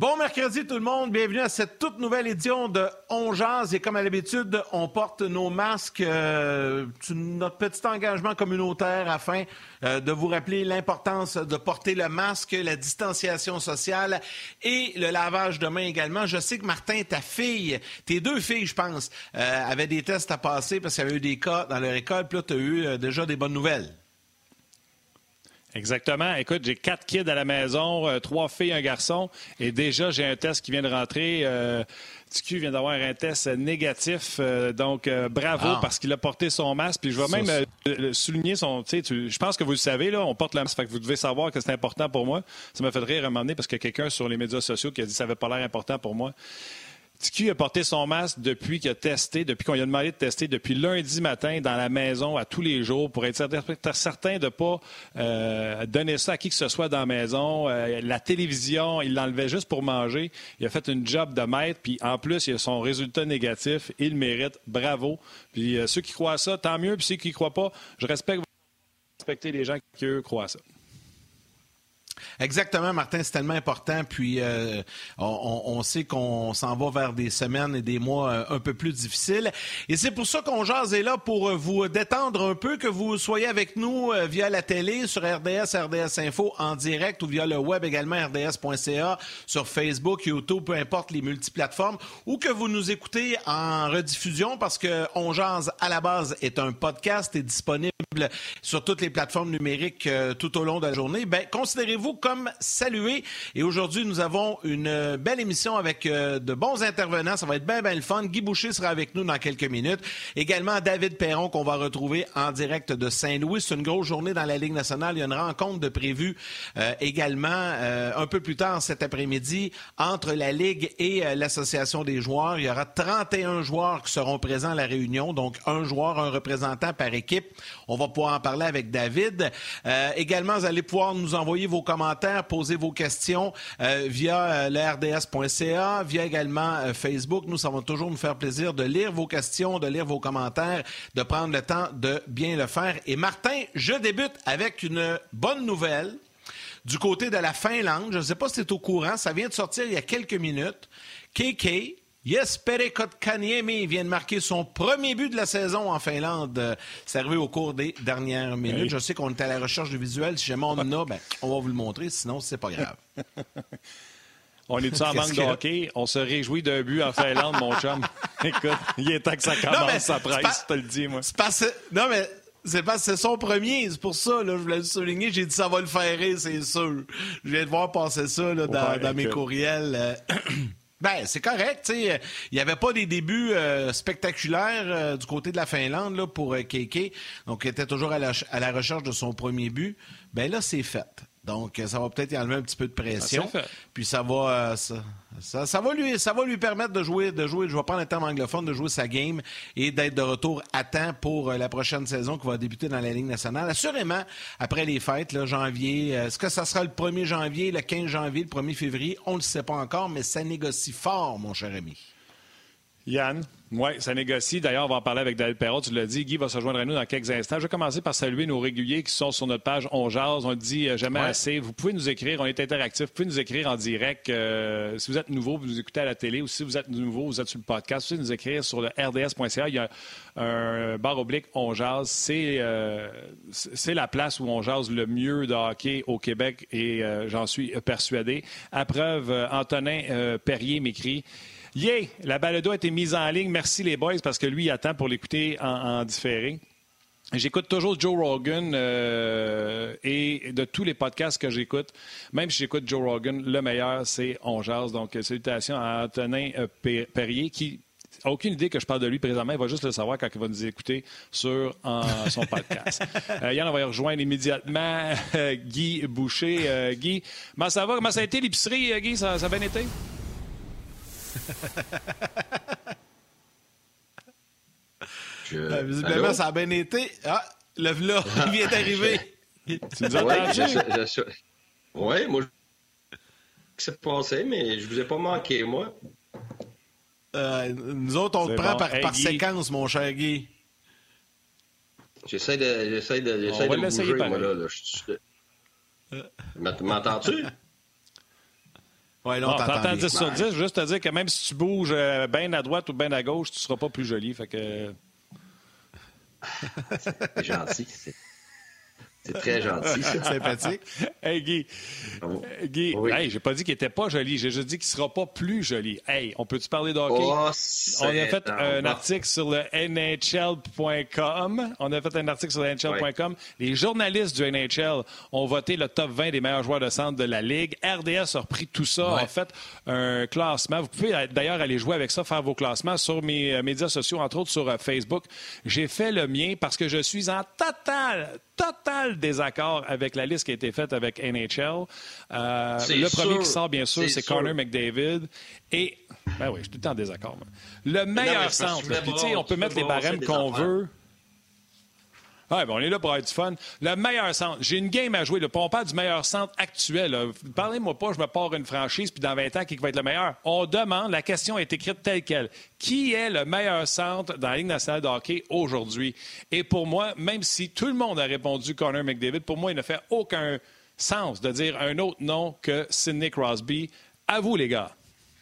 Bon mercredi tout le monde, bienvenue à cette toute nouvelle édition de On Jase. Et comme à l'habitude, on porte nos masques, notre petit engagement communautaire afin de vous rappeler l'importance de porter le masque, la distanciation sociale et le lavage de mains également. Je sais que Martin, ta fille, tes deux filles je pense, avaient des tests à passer parce qu'il y avait eu des cas dans leur école, puis là tu as eu déjà des bonnes nouvelles. Exactement. Écoute, j'ai 4 kids à la maison, 3 filles, un garçon, et déjà, j'ai un test qui vient de rentrer. TQ vient d'avoir un test négatif, donc bravo parce qu'il a porté son masque. Puis je vais même souligner son... Je pense que vous le savez, là, on porte le masque, fait que vous devez savoir que c'est important pour moi. Ça m'a fait rire à un moment donné parce que quelqu'un sur les médias sociaux qui a dit que ça n'avait pas l'air important pour moi. TQ a porté son masque depuis qu'il a testé, depuis qu'on lui a demandé de tester, depuis lundi matin dans la maison à tous les jours pour être certain de ne pas donner ça à qui que ce soit dans la maison. La télévision, il l'enlevait juste pour manger. Il a fait une job de maître, puis en plus, il a son résultat négatif. Il le mérite. Bravo. Puis ceux qui croient ça, tant mieux. Puis ceux qui ne croient pas, je respecte les gens qui, eux, croient ça. Exactement, Martin, c'est tellement important. Puis, on sait qu'on s'en va vers des semaines et des mois un peu plus difficiles. Et c'est pour ça qu'on jase est là pour vous détendre un peu, que vous soyez avec nous via la télé, sur RDS, RDS Info en direct ou via le web également, rds.ca, sur Facebook, YouTube, peu importe les multiplateformes, ou que vous nous écoutez en rediffusion parce que On Jase, à la base, est un podcast et disponible sur toutes les plateformes numériques tout au long de la journée. Bien, considérez-vous comme salué. Et aujourd'hui, nous avons une belle émission avec de bons intervenants. Ça va être bien le fun. Guy Boucher sera avec nous dans quelques minutes. Également, David Perron, qu'on va retrouver en direct de Saint-Louis. C'est une grosse journée dans la Ligue nationale. Il y a une rencontre de prévue également un peu plus tard cet après-midi entre la Ligue et l'Association des joueurs. Il y aura 31 joueurs qui seront présents à la réunion. Donc, un joueur, un représentant par équipe. On va pouvoir en parler avec David. Également, vous allez pouvoir nous envoyer vos commentaires, poser vos questions via le rds.ca, via également Facebook. Nous, ça va toujours nous faire plaisir de lire vos questions, de lire vos commentaires, de prendre le temps de bien le faire. Et Martin, je débute avec une bonne nouvelle du côté de la Finlande. Je ne sais pas si tu es au courant, ça vient de sortir il y a quelques minutes. KK, Jesperi Kotkaniemi vient de marquer son premier but de la saison en Finlande. C'est arrivé au cours des dernières minutes. Oui. Je sais qu'on est à la recherche de visuels. Si jamais on en a, on va vous le montrer. Sinon, c'est pas grave. On est tous en manque de hockey. On se réjouit d'un but en Finlande, mon chum. Écoute, il est temps que ça commence, ça presse, je te le dis, moi. Non, mais c'est parce que c'est son premier. C'est pour ça, là, je voulais le souligner. J'ai dit ça va le faire rire, c'est sûr. Je viens de voir passer ça là, dans mes courriels. Ben, c'est correct, tu sais. Il n'y avait pas des débuts spectaculaires du côté de la Finlande là, pour Keke. Donc, il était toujours à la recherche de son premier but. Ben là, c'est fait. Donc, ça va peut-être y enlever un petit peu de pression. Puis ça va lui permettre de jouer, je vais prendre le terme anglophone, de jouer sa game et d'être de retour à temps pour la prochaine saison qui va débuter dans la Ligue nationale. Assurément, après les fêtes, là, janvier, est-ce que ça sera le 1er janvier, le 15 janvier, le 1er février? On ne le sait pas encore, mais ça négocie fort, mon cher ami. Yann? Oui, ça négocie. D'ailleurs, on va en parler avec David Perron. Tu l'as dit, Guy va se rejoindre à nous dans quelques instants. Je vais commencer par saluer nos réguliers qui sont sur notre page On Jase. On le dit jamais assez. Vous pouvez nous écrire. On est interactifs. Vous pouvez nous écrire en direct. Si vous êtes nouveau, vous nous écoutez à la télé, ou si vous êtes nouveau, vous êtes sur le podcast, vous pouvez nous écrire sur le rds.ca. Il y a un / On Jase. C'est la place où on jase le mieux de hockey au Québec et j'en suis persuadé. À preuve, Antonin Perrier m'écrit: Yeah! La balado a été mise en ligne. Merci les boys, parce que lui, il attend pour l'écouter en différé. J'écoute toujours Joe Rogan et de tous les podcasts que j'écoute, même si j'écoute Joe Rogan, le meilleur, c'est On Jase. Donc, salutations à Antonin Perrier qui n'a aucune idée que je parle de lui présentement. Il va juste le savoir quand il va nous écouter sur son podcast. Yann, on va y rejoindre immédiatement Guy Boucher. Guy, comment ça va? Comment ça a été l'épicerie, Guy? Ça a bien été? Visiblement, Allô? ça a bien été. Ah, le v'là, il vient d'arriver. Tu nous as entendu? Oui, moi, je sais pas passé, mais je vous ai pas manqué, moi. Nous autres, on te prend par séquence, mon cher Guy. J'essaie de bouger, moi, là. M'entends-tu? Oui, là, on t'entend 10 sur 10, juste te dire que même si tu bouges bien à droite ou bien à gauche, tu ne seras pas plus joli. Fait que... C'est gentil. C'est très gentil. Sympathique. Hey, Guy. Guy, Oui. hey, j'ai pas dit qu'il était pas joli. J'ai juste dit qu'il sera pas plus joli. Hey, on peut-tu parler de hockey? On a fait un article sur le NHL.com. Les journalistes du NHL ont voté le top 20 des meilleurs joueurs de centre de la Ligue. RDS a repris tout ça, a fait un classement. Vous pouvez d'ailleurs aller jouer avec ça, faire vos classements sur mes médias sociaux, entre autres sur Facebook. J'ai fait le mien parce que je suis en total désaccord avec la liste qui a été faite avec NHL. Le premier qui sort, bien sûr, c'est Connor McDavid. Et, ben oui, je suis tout le temps en désaccord. Moi. Le meilleur centre. Puis, tu sais, on peut mettre les barèmes qu'on veut. Ouais, ben on est là pour avoir du fun. Le meilleur centre. J'ai une game à jouer. Là. On parle du meilleur centre actuel. Là. Parlez-moi pas, je me pars une franchise, puis dans 20 ans, qui va être le meilleur? On demande, la question est écrite telle quelle. Qui est le meilleur centre dans la Ligue nationale de hockey aujourd'hui? Et pour moi, même si tout le monde a répondu Connor McDavid, pour moi, il ne fait aucun sens de dire un autre nom que Sidney Crosby. À vous, les gars.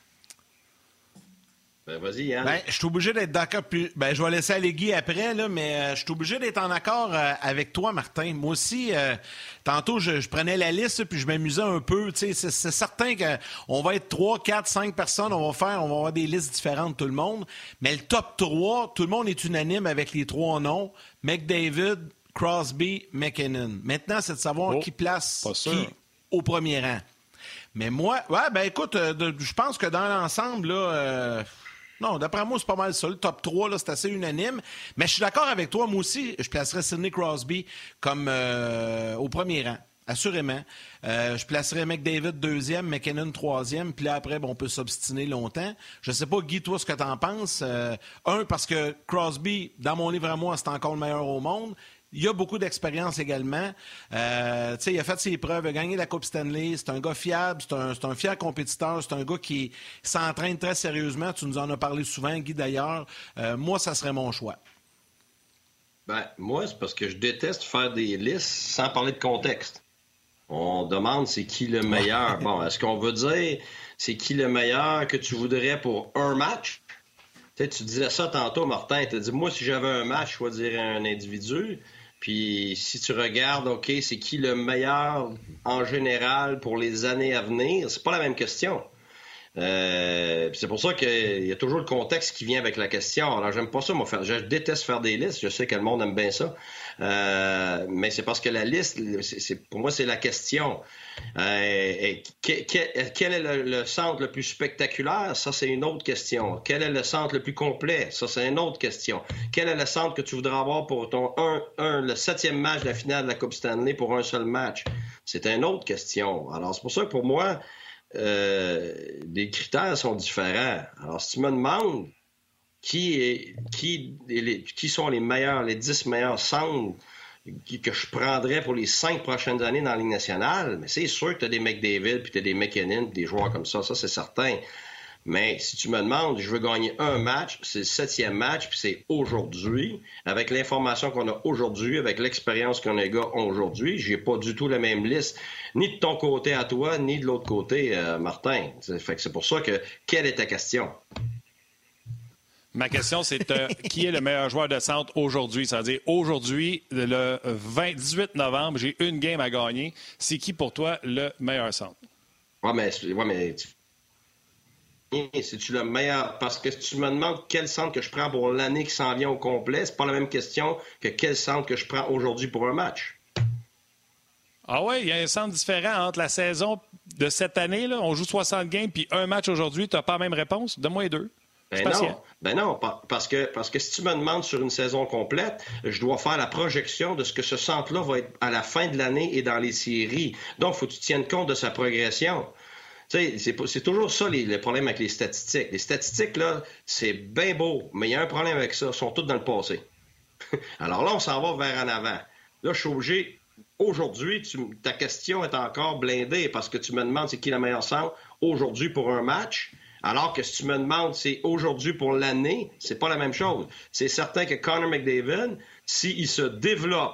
Ben, vas-y, Yann. Ben, je suis obligé d'être d'accord. Ben, je vais laisser aller Guy après, là, mais je suis obligé d'être en accord avec toi, Martin. Moi aussi, tantôt, je prenais la liste puis je m'amusais un peu. C'est certain qu'on va être 3, 4, 5 personnes. On va avoir des listes différentes, tout le monde. Mais le top 3, tout le monde est unanime avec les 3 noms. McDavid, Crosby, McKinnon. Maintenant, c'est de savoir qui place qui au premier rang. Mais moi, écoute, je pense que dans l'ensemble, là... non, d'après moi, c'est pas mal ça. Le top 3, là, c'est assez unanime. Mais je suis d'accord avec toi. Moi aussi, je placerais Sidney Crosby comme au premier rang, assurément. Je placerais McDavid deuxième, McKinnon troisième. Puis là, après, on peut s'obstiner longtemps. Je sais pas, Guy, toi, ce que t'en penses. Parce que Crosby, dans mon livre à moi, c'est encore le meilleur au monde. Il a beaucoup d'expérience également. Il a fait ses preuves, il a gagné la Coupe Stanley. C'est un gars fiable, c'est un fier compétiteur. C'est un gars qui s'entraîne très sérieusement. Tu nous en as parlé souvent, Guy, d'ailleurs. Moi, ça serait mon choix. Ben, moi, c'est parce que je déteste faire des listes sans parler de contexte. On demande c'est qui le meilleur. Bon, est-ce qu'on veut dire c'est qui le meilleur que tu voudrais pour un match? Tu disais ça tantôt, Martin. Tu as dit, moi, si j'avais un match, je choisirais un individu. Puis si tu regardes, OK, c'est qui le meilleur en général pour les années à venir, c'est pas la même question. C'est pour ça qu'il y a toujours le contexte qui vient avec la question. Alors, j'aime pas ça, moi. Je déteste faire des listes. Je sais que le monde aime bien ça. Mais c'est parce que la liste, pour moi, c'est la question. Quel est le centre le plus spectaculaire? Ça, c'est une autre question. Quel est le centre le plus complet? Ça, c'est une autre question. Quel est le centre que tu voudrais avoir pour ton le 7e match de la finale de la Coupe Stanley pour un seul match? C'est une autre question. Alors, c'est pour ça que pour moi, les critères sont différents. Alors, si tu me demandes qui sont les meilleurs, les 10 meilleurs centres que je prendrais pour les 5 prochaines années dans la Ligue nationale, mais c'est sûr que tu as des McDavid, puis tu as des McKinnon, puis des joueurs comme ça c'est certain. Mais si tu me demandes, je veux gagner un match, c'est le 7e match, puis c'est aujourd'hui. Avec l'information qu'on a aujourd'hui, avec l'expérience qu'on a les gars ont aujourd'hui, j'ai pas du tout la même liste, ni de ton côté à toi, ni de l'autre côté, Martin. Fait que c'est pour ça que, quelle est ta question? Ma question, c'est qui est le meilleur joueur de centre aujourd'hui? C'est-à-dire, aujourd'hui, le 18 novembre, j'ai une game à gagner. C'est qui, pour toi, le meilleur centre? Ouais, mais c'est-tu le meilleur? Parce que si tu me demandes quel centre que je prends pour l'année qui s'en vient au complet, c'est pas la même question que quel centre que je prends aujourd'hui pour un match. Ah oui, il y a un centre différent entre la saison de cette année, là, on joue 60 games, puis un match aujourd'hui, tu n'as pas la même réponse? Donne-moi les deux. Ben non, parce que si tu me demandes sur une saison complète, je dois faire la projection de ce que ce centre-là va être à la fin de l'année et dans les séries. Donc, il faut que tu tiennes compte de sa progression. Tu sais, c'est toujours ça le problème avec les statistiques. Les statistiques, là, c'est bien beau, mais il y a un problème avec ça. Ils sont tous dans le passé. Alors là, on s'en va vers en avant. Là, je suis obligé. Aujourd'hui, ta question est encore blindée parce que tu me demandes c'est qui le meilleur centre aujourd'hui pour un match. Alors que si tu me demandes c'est aujourd'hui pour l'année, c'est pas la même chose. C'est certain que Connor McDavid, s'il se développe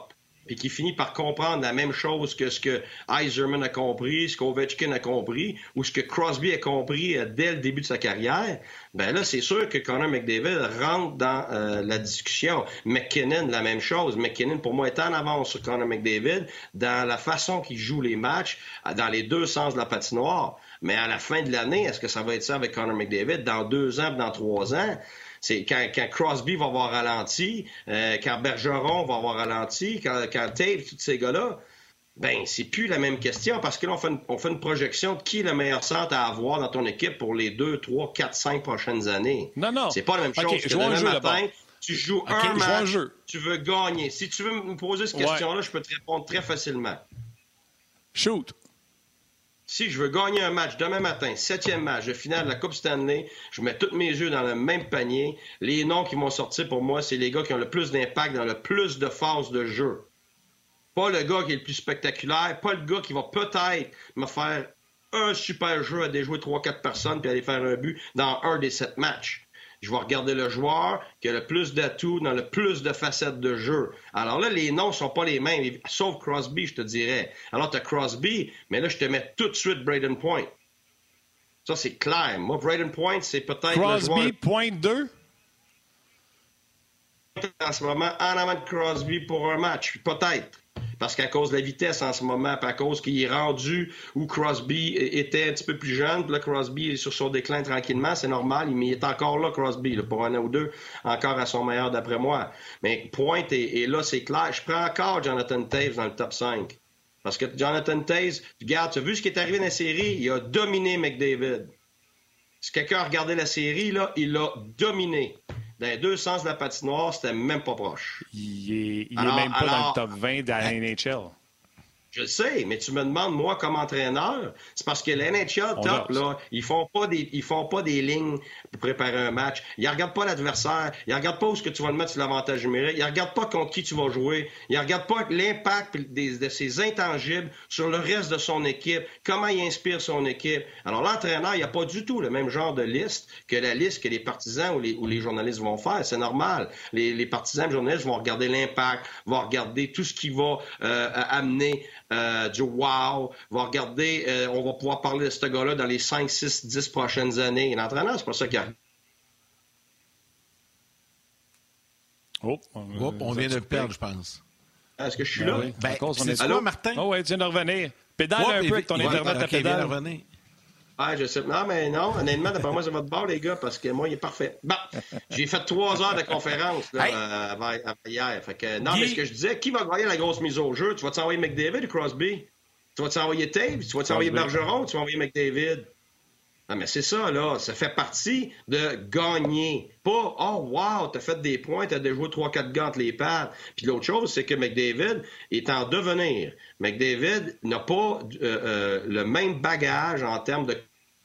et qui finit par comprendre la même chose que ce que Yzerman a compris, ce qu'Ovechkin a compris, ou ce que Crosby a compris dès le début de sa carrière, ben là, c'est sûr que Connor McDavid rentre dans la discussion. McKinnon, la même chose. McKinnon, pour moi, est en avance sur Connor McDavid dans la façon qu'il joue les matchs, dans les deux sens de la patinoire. Mais à la fin de l'année, est-ce que ça va être ça avec Connor McDavid dans 2 ans, dans 3 ans? C'est quand Crosby va avoir ralenti, quand Bergeron va avoir ralenti, quand Taves, tous ces gars-là, ben c'est plus la même question parce que là, on fait une projection de qui est le meilleur centre à avoir dans ton équipe pour les 2, 3, 4, 5 prochaines années. Non. C'est pas la même chose que demain matin, tu joues un match, tu veux gagner. Si tu veux me poser cette question-là, je peux te répondre très facilement. Shoot! Si je veux gagner un match demain matin, 7e match de finale de la Coupe Stanley, je mets tous mes œufs dans le même panier. Les noms qui vont sortir pour moi, c'est les gars qui ont le plus d'impact dans le plus de phases de jeu. Pas le gars qui est le plus spectaculaire, pas le gars qui va peut-être me faire un super jeu à déjouer 3-4 personnes puis aller faire un but dans un des 7 matchs. Je vais regarder le joueur qui a le plus d'atouts dans le plus de facettes de jeu. Alors là, les noms sont pas les mêmes, sauf Crosby, je te dirais. Alors, tu as Crosby, mais là, je te mets tout de suite Brayden Point. Ça, c'est clair. Moi, Brayden Point, c'est peut-être Crosby, le joueur... Point 2? En ce moment, en avant de Crosby pour un match. Peut-être. Parce qu'à cause de la vitesse en ce moment, puis à cause qu'il est rendu où Crosby était un petit peu plus jeune, puis là, Crosby est sur son déclin tranquillement, c'est normal, mais il est encore là, Crosby, là, pour 1 an ou 2, encore à son meilleur d'après moi. Mais Point, et là, c'est clair. Je prends encore Jonathan Taves dans le top 5. Parce que Jonathan Taves, regarde, tu as vu ce qui est arrivé dans la série? Il a dominé McDavid. Si quelqu'un a regardé la série, là, il l'a dominé. Dans les deux sens de la patinoire, c'était même pas proche. Il est même pas dans le top 20 de la NHL. Je le sais, mais tu me demandes, moi, comme entraîneur, c'est parce que la NHL top, là, ils font pas des lignes pour préparer un match. Ils regardent pas l'adversaire. Ils regardent pas où est-ce que tu vas le mettre sur l'avantage numérique. Ils regardent pas contre qui tu vas jouer. Ils regardent pas l'impact de ses intangibles sur le reste de son équipe, comment il inspire son équipe. Alors, l'entraîneur, il n'y a pas du tout le même genre de liste que la liste que les partisans ou les journalistes vont faire. C'est normal. Les partisans et les journalistes vont regarder l'impact, vont regarder tout ce qui va amener du wow, va regarder, on va pouvoir parler de ce gars-là dans les 5, 6, 10 prochaines années. Et l'entraîneur, c'est pas ça qu'il a. On vient de le perdre, je pense. Est-ce que je suis là? Oui. C'est quoi, Martin? Oh, oui, tu viens de revenir. Pédale un peu avec ton Internet à pédale. Ah, je sais. Non, honnêtement, d'après moi, c'est votre bord, les gars, parce que moi, il est parfait. Bon, j'ai fait 3 heures de conférence là, hier. Fait que, non, mais ce que je disais, qui va gagner la grosse mise au jeu? Tu vas t'envoyer McDavid ou Crosby? Tu vas t'envoyer Taves? Tu vas t'envoyer Bergeron? Tu vas envoyer McDavid? Non, mais c'est ça, là. Ça fait partie de gagner. Pas, oh, wow, t'as fait des points, t'as déjoué 3-4 gants entre les pattes. Puis l'autre chose, c'est que McDavid est en devenir. McDavid n'a pas le même bagage en termes de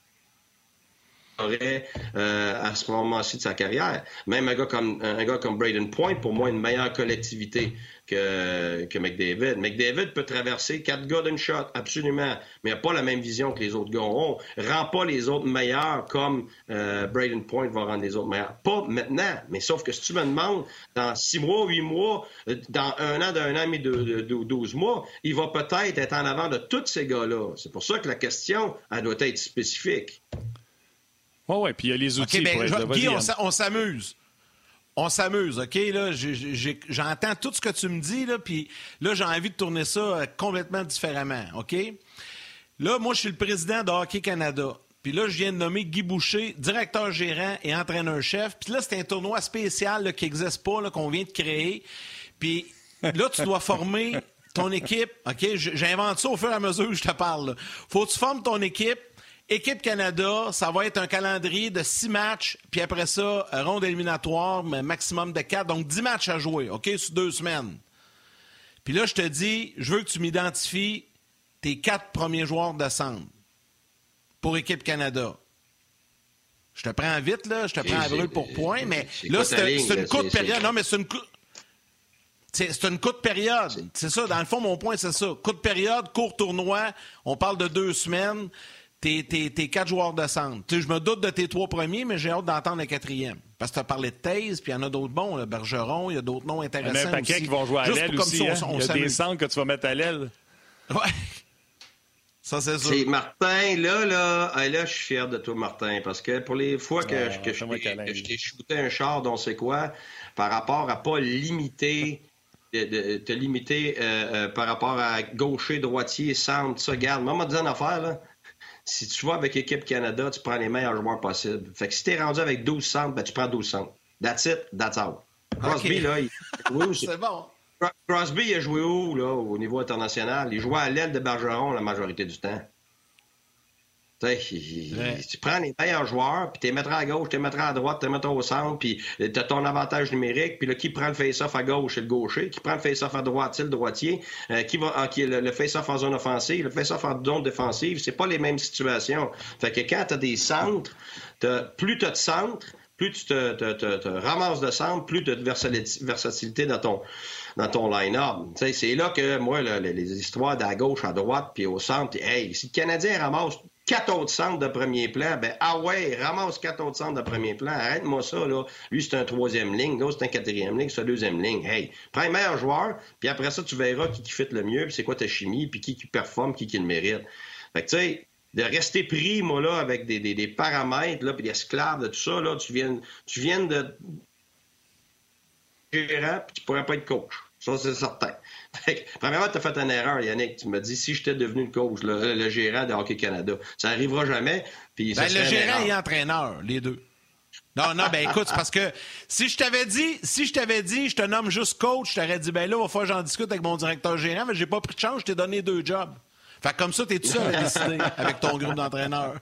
à ce moment-ci de sa carrière. Même un gars comme Brayden Point, pour moi, une meilleure collectivité que McDavid. McDavid peut traverser 4 gars d'une shot, absolument, mais il n'a pas la même vision que les autres gars ont. Rend pas les autres meilleurs comme Brayden Point va rendre les autres meilleurs. Pas maintenant, mais sauf que si tu me demandes, dans 6 mois, 8 mois, dans 1 an, d'un an et 12 mois, il va peut-être être en avant de tous ces gars-là. C'est pour ça que la question, elle doit être spécifique. Oui, puis il y a les outils pour être Guy, on s'amuse. On s'amuse, OK? Là, j'entends tout ce que tu me dis, là, puis là, j'ai envie de tourner ça complètement différemment, OK? Là, moi, je suis le président de Hockey Canada. Puis là, je viens de nommer Guy Boucher, directeur gérant et entraîneur-chef. Puis là, c'est un tournoi spécial là, qui n'existe pas, là, qu'on vient de créer. Puis là, tu dois former ton équipe, OK? J'invente ça au fur et à mesure que je te parle. Là. Faut que tu formes ton équipe. Équipe Canada, ça va être un calendrier de 6 matchs, puis après ça, ronde éliminatoire, mais maximum de 4, donc 10 matchs à jouer, OK, sur 2 semaines. Puis là, je te dis, je veux que tu m'identifies tes 4 premiers joueurs de centre pour Équipe Canada. Je te prends vite, là, je te prends à brûle pour point, mais là, c'est une courte période. Non, mais c'est une c'est une courte période. C'est ça, dans le fond, mon point, c'est ça. Courte période, court tournoi, on parle de 2 semaines. Tes 4 joueurs de centre. Je me doute de tes 3 premiers, mais j'ai hâte d'entendre le 4e. Parce que tu as parlé de Taze, puis il y en a d'autres bons, le Bergeron, il y a d'autres noms intéressants. Il y en a un paquet aussi. qui vont jouer à l'aile aussi. Il y a des centres que tu vas mettre à l'aile. Ouais. Ça, c'est sûr. C'est Martin, là, je suis fier de toi, Martin, parce que pour les fois que je t'ai shooté un char, on sait quoi, par rapport à pas limiter, te limiter par rapport à gaucher, droitier, centre, ça, garde. Moi, on m'a dit une affaire, là. Si tu vas avec Équipe Canada, tu prends les meilleurs joueurs possibles. Fait que si t'es rendu avec 12 centres, ben tu prends 12 centres. That's it, that's all. Crosby, là, c'est bon. Crosby, il a joué où, là, au niveau international? Il jouait à l'aile de Bergeron la majorité du temps. Tu prends les meilleurs joueurs, puis tu les mettras à gauche, tu les mettras à droite, tu les mettras au centre, puis tu as ton avantage numérique, puis là, qui prend le face-off à gauche, c'est le gaucher, qui prend le face-off à droite, c'est le droitier, qui le face-off en zone offensive, le face-off en zone défensive, c'est pas les mêmes situations. Fait que quand tu as des centres, plus tu as de centres, plus tu te ramasses de centre, plus tu as de versatilité dans ton line-up. T'sais, c'est là que, moi, les histoires d'à gauche, à droite, puis au centre, hey, si le Canadien ramasse 4 autres centres de premier plan, ben ramasse 4 autres centres de premier plan, arrête-moi ça, là. Lui, c'est un 3e ligne, l'autre, c'est un 4e ligne, c'est un 2e ligne. Hey, prends le meilleur joueur, puis après ça, tu verras qui fit le mieux, puis c'est quoi ta chimie, puis qui performe, qui le mérite. Fait que, tu sais, de rester pris, moi, là, avec des paramètres, là, puis des esclaves de tout ça, là, tu viens de gérant, puis tu pourrais pas être coach. Ça, c'est certain. Fait que, premièrement, tu as fait une erreur, Yannick. Tu m'as dit, si j'étais devenu le coach, le gérant de Hockey Canada, ça n'arrivera jamais. Puis le gérant et entraîneur, les deux. Non, ben écoute, c'est parce que si je t'avais dit, je te nomme juste coach, je t'aurais dit, ben là, il va falloir que j'en discute avec mon directeur gérant, mais j'ai pas pris de chance, je t'ai donné 2 jobs. Fait que comme ça, t'es tout seul à décider avec ton groupe d'entraîneurs.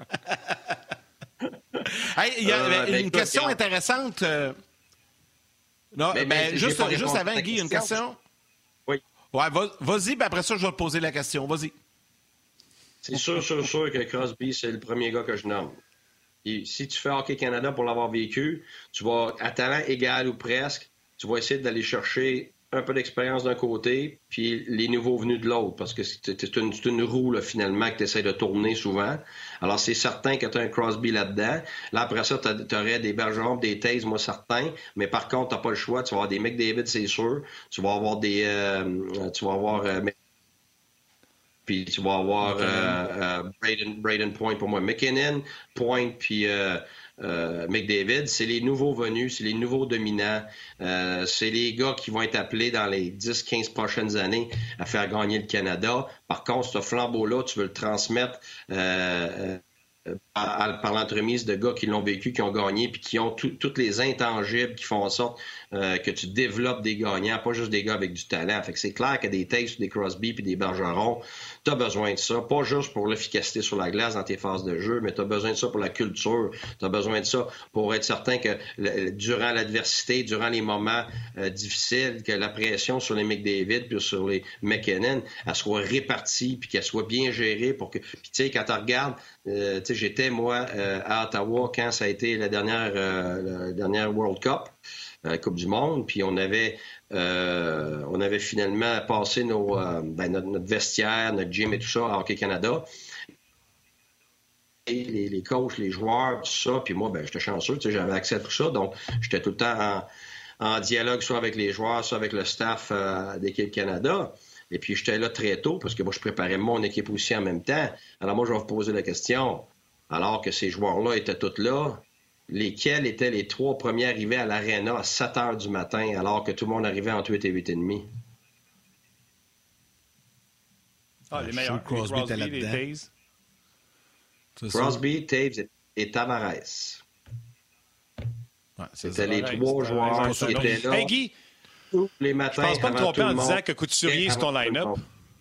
Hey, il y a une question intéressante. Non, juste avant, Guy, une question. Oui. Ouais, vas-y, puis après ça, je vais te poser la question. Vas-y. C'est sûr que Crosby, c'est le premier gars que je nomme. Et si tu fais Hockey Canada pour l'avoir vécu, tu vas, à talent égal ou presque, tu vas essayer d'aller chercher un peu d'expérience d'un côté, puis les nouveaux venus de l'autre, parce que c'est une roue, là, finalement, que tu essaies de tourner souvent. Alors, c'est certain que tu as un Crosby là-dedans. Là, après ça, tu aurais des Bergeron, des Taze, moi, certains. Mais par contre, tu pas le choix. Tu vas avoir des McDavid, c'est sûr. Tu vas avoir des... puis tu vas avoir Braden Point pour moi. McKinnon, Point, puis... McDavid, c'est les nouveaux venus, c'est les nouveaux dominants, c'est les gars qui vont être appelés dans les 10-15 prochaines années à faire gagner le Canada. Par contre, ce flambeau-là, tu veux le transmettre par l'entremise de gars qui l'ont vécu, qui ont gagné, puis qui ont toutes les intangibles qui font en sorte que tu développes des gagnants, pas juste des gars avec du talent. Fait que c'est clair que des Taves, des Crosby puis des Bergeron, tu as besoin de ça, pas juste pour l'efficacité sur la glace dans tes phases de jeu, mais tu as besoin de ça pour la culture, tu as besoin de ça pour être certain que durant l'adversité, durant les moments difficiles, que la pression sur les McDavid puis sur les McKinnon, elle soit répartie puis qu'elle soit bien gérée pour que... Puis tu sais, quand tu regardes, j'étais, moi, à Ottawa quand ça a été la dernière World Cup, la Coupe du Monde, puis on avait finalement passé notre vestiaire, notre gym et tout ça à Hockey Canada. Et les coachs, les joueurs, tout ça, puis moi, j'étais chanceux, j'avais accès à tout ça, donc j'étais tout le temps en dialogue, soit avec les joueurs, soit avec le staff d'Équipe Canada. Et puis, j'étais là très tôt, parce que moi, je préparais mon équipe aussi en même temps. Alors, moi, je vais vous poser la question. Alors que ces joueurs-là étaient tous là, lesquels étaient les 3 premiers arrivés à l'aréna à 7 heures du matin, alors que tout le monde arrivait entre 8 et 8h30? Les meilleurs. Crosby était là-dedans. Taves. Crosby, Taves et Tavares. Ouais, c'était les 3 joueurs qui étaient là. Hey, Guy, les matins, je pense pas me tromper en disant que Couturier, c'est ton line-up.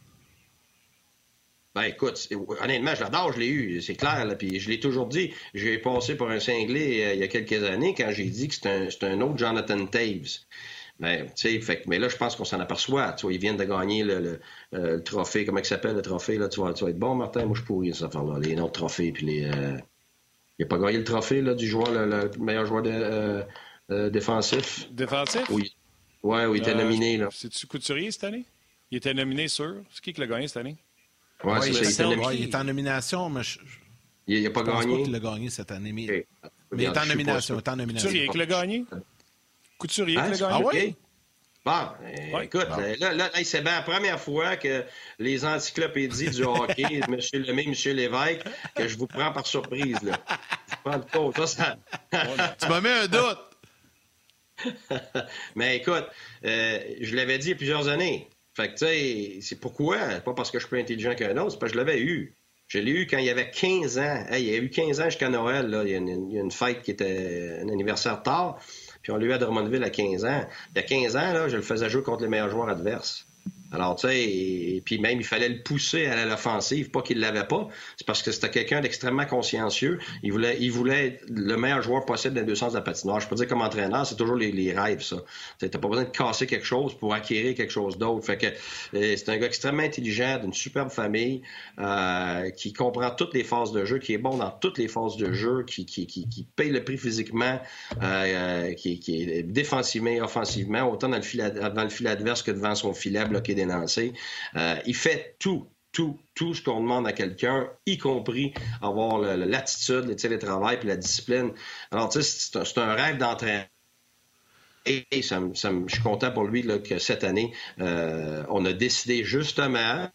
Ben écoute, honnêtement, je l'adore, je l'ai eu, c'est clair, là, puis je l'ai toujours dit. J'ai passé pour un cinglé il y a quelques années quand j'ai dit que c'est un autre Jonathan Taves. Ben, tu sais, mais là, je pense qu'on s'en aperçoit. Tu vois, ils viennent de gagner le trophée, comment il s'appelle le trophée, là, tu vas être bon, Martin? Moi, je pourris, cette affaire-là, les autres trophées, puis il n'a pas gagné le trophée, là, du joueur, le meilleur joueur défensif. Défensif? Oui. Ouais, il était nominé, là. C'est-tu Couturier cette année? Il était nominé sur... C'est qui l'a gagné cette année? Ouais, il est en nomination, mais il n'a pas gagné. Je pense pas qu'il l'a gagné cette année. Mais... Mais il est en nomination. Couturier qui l'a gagné. Couturier qui l'a gagné. Ah oui? Bon, écoute, là, c'est bien la première fois que les encyclopédies du hockey, M. Lemay, M. Lévesque, que je vous prends par surprise, là. Je prends le compte. Ça... Tu m'as mis un doute. Mais écoute, je l'avais dit il y a plusieurs années. Fait que, tu sais, c'est pourquoi? Pas parce que je suis plus intelligent qu'un autre, c'est parce que je l'avais eu. Je l'ai eu quand il avait 15 ans. Hey, il y a eu 15 ans jusqu'à Noël. Là. Il y a une fête qui était un anniversaire tard. Puis on l'a eu à Drummondville à 15 ans. Il y a 15 ans, là, je le faisais jouer contre les meilleurs joueurs adverses. Alors, tu sais, et puis même, il fallait le pousser à l'offensive, pas qu'il ne l'avait pas. C'est parce que c'était quelqu'un d'extrêmement consciencieux. Il voulait être le meilleur joueur possible dans les deux sens de la patinoire. Je peux dire, comme entraîneur, c'est toujours les rêves, ça. T'as pas besoin de casser quelque chose pour acquérir quelque chose d'autre. Fait que c'est un gars extrêmement intelligent, d'une superbe famille, qui comprend toutes les phases de jeu, qui est bon dans toutes les phases de jeu, qui paye le prix physiquement, qui est défensivement et offensivement, autant dans le filet adverse que devant son filet bloqué des lancers. Il fait tout ce qu'on demande à quelqu'un, y compris avoir l'attitude, le télétravail puis la discipline. Alors, tu sais, c'est un rêve d'entraîneur. Et je suis content pour lui là, que cette année, on a décidé justement